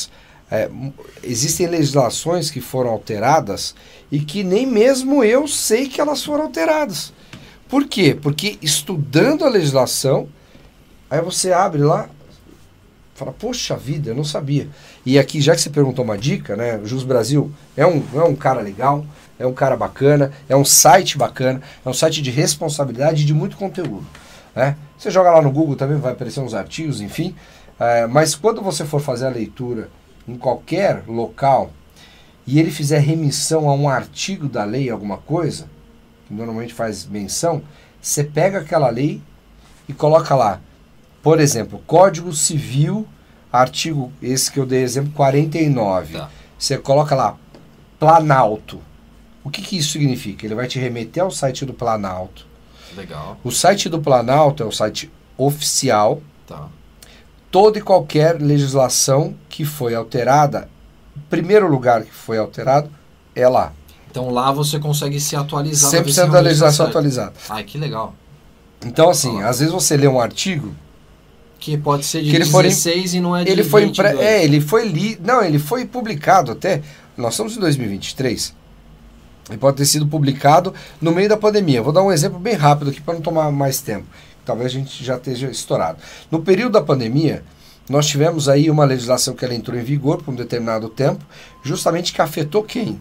existem legislações que foram alteradas e que nem mesmo eu sei que elas foram alteradas. Por quê? Porque estudando a legislação, aí você abre lá, fala, poxa vida, eu não sabia. E aqui, já que você perguntou uma dica, né, o Jus Brasil é um cara legal, é um cara bacana, é um site bacana, é um site de responsabilidade e de muito conteúdo. Né? Você joga lá no Google também, vai aparecer uns artigos, enfim. Mas quando você for fazer a leitura em qualquer local e ele fizer remissão a um artigo da lei, alguma coisa, que normalmente faz menção, você pega aquela lei e coloca lá, por exemplo, Código Civil, artigo, esse que eu dei exemplo, 49. Tá. Você coloca lá, Planalto. O que isso significa? Ele vai te remeter ao site do Planalto. Legal. O site do Planalto é o site oficial. Tá. Toda e qualquer legislação que foi alterada, o primeiro lugar que foi alterado é lá. Então lá você consegue se atualizar. 100% da legislação atualizada. Ai, que legal. Então, assim, às vezes você lê um artigo... Que pode ser de que ele foi 16 e não é de ele foi 22. ele foi publicado até... Nós estamos em 2023. Ele pode ter sido publicado no meio da pandemia. Vou dar um exemplo bem rápido aqui para não tomar mais tempo. Talvez a gente já esteja estourado. No período da pandemia, nós tivemos aí uma legislação que ela entrou em vigor por um determinado tempo, justamente que afetou quem?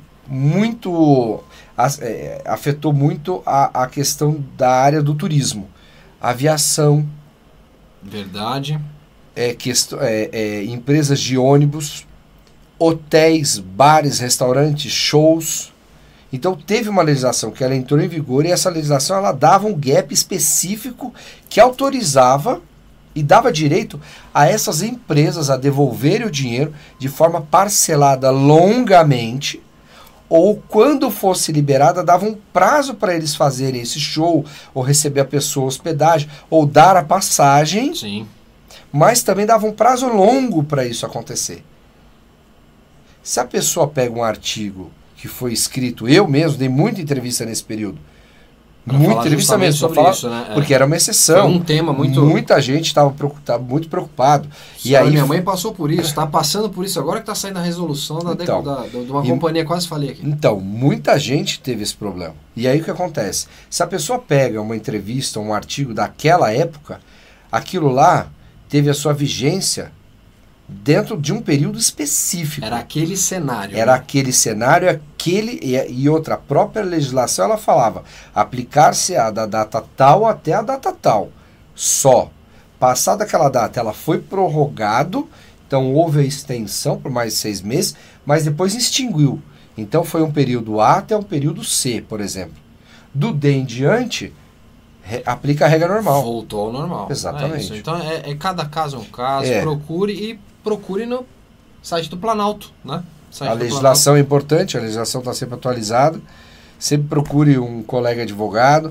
Afetou muito a questão da área do turismo. Aviação. Verdade. Empresas de ônibus, hotéis, bares, restaurantes, shows. Então teve uma legislação que ela entrou em vigor e essa legislação ela dava um gap específico que autorizava e dava direito a essas empresas a devolverem o dinheiro de forma parcelada longamente, ou quando fosse liberada dava um prazo para eles fazerem esse show, ou receber a pessoa hospedagem, ou dar a passagem. Sim. Mas também dava um prazo longo para isso acontecer. Se a pessoa pega um artigo que foi escrito, eu mesmo dei muita entrevista nesse período, muita entrevista mesmo, sobre isso, né? porque era uma exceção. Foi um tema muito... Muita gente estava muito preocupado. E aí minha mãe passou por isso, está passando por isso agora que está saindo a resolução de uma companhia, quase falei aqui. Então, muita gente teve esse problema. E aí o que acontece? Se a pessoa pega uma entrevista, um artigo daquela época, aquilo lá teve a sua vigência dentro de um período específico. Era aquele cenário. Era aquele cenário, e outra, a própria legislação, ela falava, aplicar-se-á da data tal até a data tal. Só. Passada aquela data, ela foi prorrogado, então houve a extensão por mais 6 meses, mas depois extinguiu. Então foi um período A até um período C, por exemplo. Do D em diante, aplica a regra normal. Voltou ao normal. Exatamente. Então cada caso é um caso, procure no site do Planalto, né? A legislação é importante, a legislação está sempre atualizada. Sempre procure um colega advogado,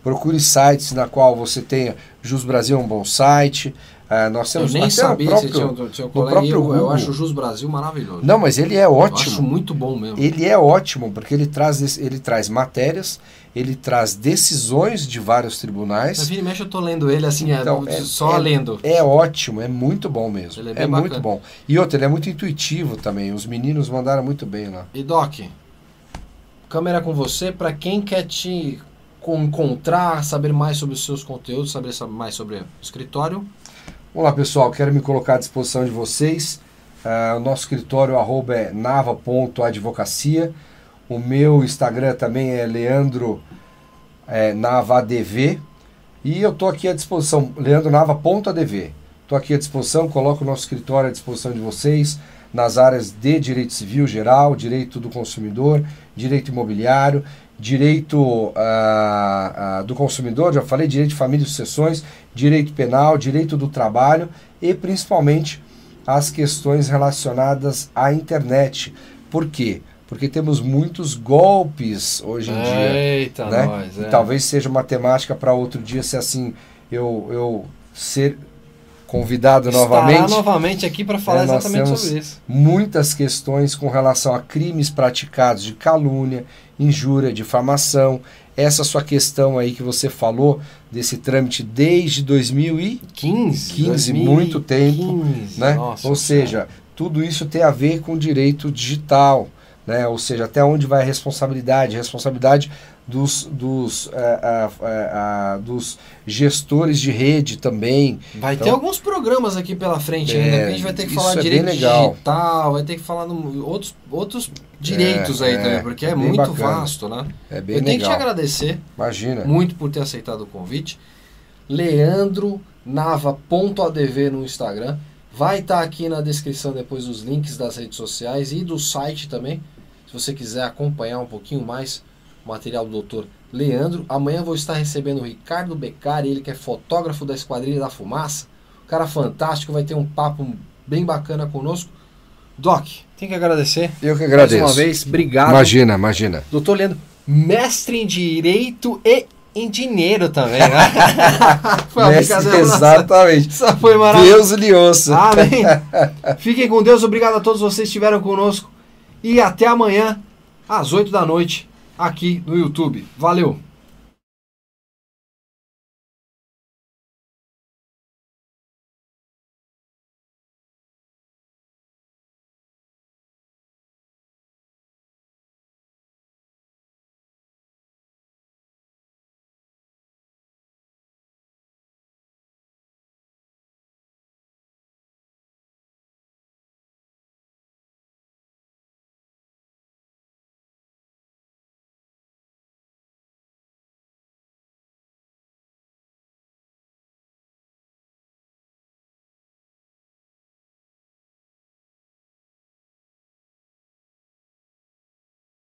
procure sites na qual você tenha. Jus Brasil é um bom site. Nós temos eu nem sabia próprio, se tinha um colega e eu acho o Jus Brasil maravilhoso. Não, mas ele é ótimo. Eu acho muito bom mesmo. Ele é ótimo porque ele traz matérias, ele traz decisões de vários tribunais. Mas vira e mexe eu tô lendo ele assim, então, lendo. É ótimo, é muito bom mesmo. Ele é bem muito bom. E outro, ele é muito intuitivo também. Os meninos mandaram muito bem lá. E Doc, câmera com você para quem quer te encontrar, saber mais sobre os seus conteúdos, saber mais sobre o escritório. Vamos lá, pessoal, quero me colocar à disposição de vocês. O nosso escritório é nava.advocacia. O meu Instagram também é Leandro NavaDV. E eu estou aqui à disposição, leandronava.adv. Estou aqui à disposição, coloco o nosso escritório à disposição de vocês nas áreas de direito civil geral, direito do consumidor, direito imobiliário, direito do consumidor, já falei, direito de família e sucessões, direito penal, direito do trabalho e principalmente as questões relacionadas à internet. Por quê? Porque temos muitos golpes hoje em dia. Eita, né? nós, E talvez seja uma temática para outro dia, se assim eu ser convidado Estará novamente aqui para falar exatamente sobre isso. Muitas questões com relação a crimes praticados de calúnia, injúria, difamação. Essa sua questão aí que você falou desse trâmite desde 2015, muito tempo, né? Nossa, ou seja, tudo isso tem a ver com direito digital, né? Ou seja, até onde vai a responsabilidade dos gestores de rede também. Vai ter alguns programas aqui pela frente ainda, que a gente vai ter que falar direito digital, vai ter que falar outros direitos aí também, porque é muito bacana. Vasto, né? É bem legal. Eu tenho que te agradecer muito por ter aceitado o convite. leandronava.adv no Instagram. Vai estar aqui na descrição depois os links das redes sociais e do site também, se você quiser acompanhar um pouquinho mais o material do Dr. Leandro. Amanhã vou estar recebendo o Ricardo Beccari, ele que é fotógrafo da Esquadrilha da Fumaça. Um cara fantástico, vai ter um papo bem bacana conosco. Doc, tem que agradecer. Eu que agradeço. Mais uma vez, obrigado. Imagina. Dr. Leandro, mestre em Direito e em Dinheiro também, né? Foi uma brincadeira. Exatamente. Isso foi maravilhoso. Deus lhe ouça. Amém. Fiquem com Deus, obrigado a todos vocês que estiveram conosco. E até amanhã, às 8 da noite, aqui no YouTube. Valeu!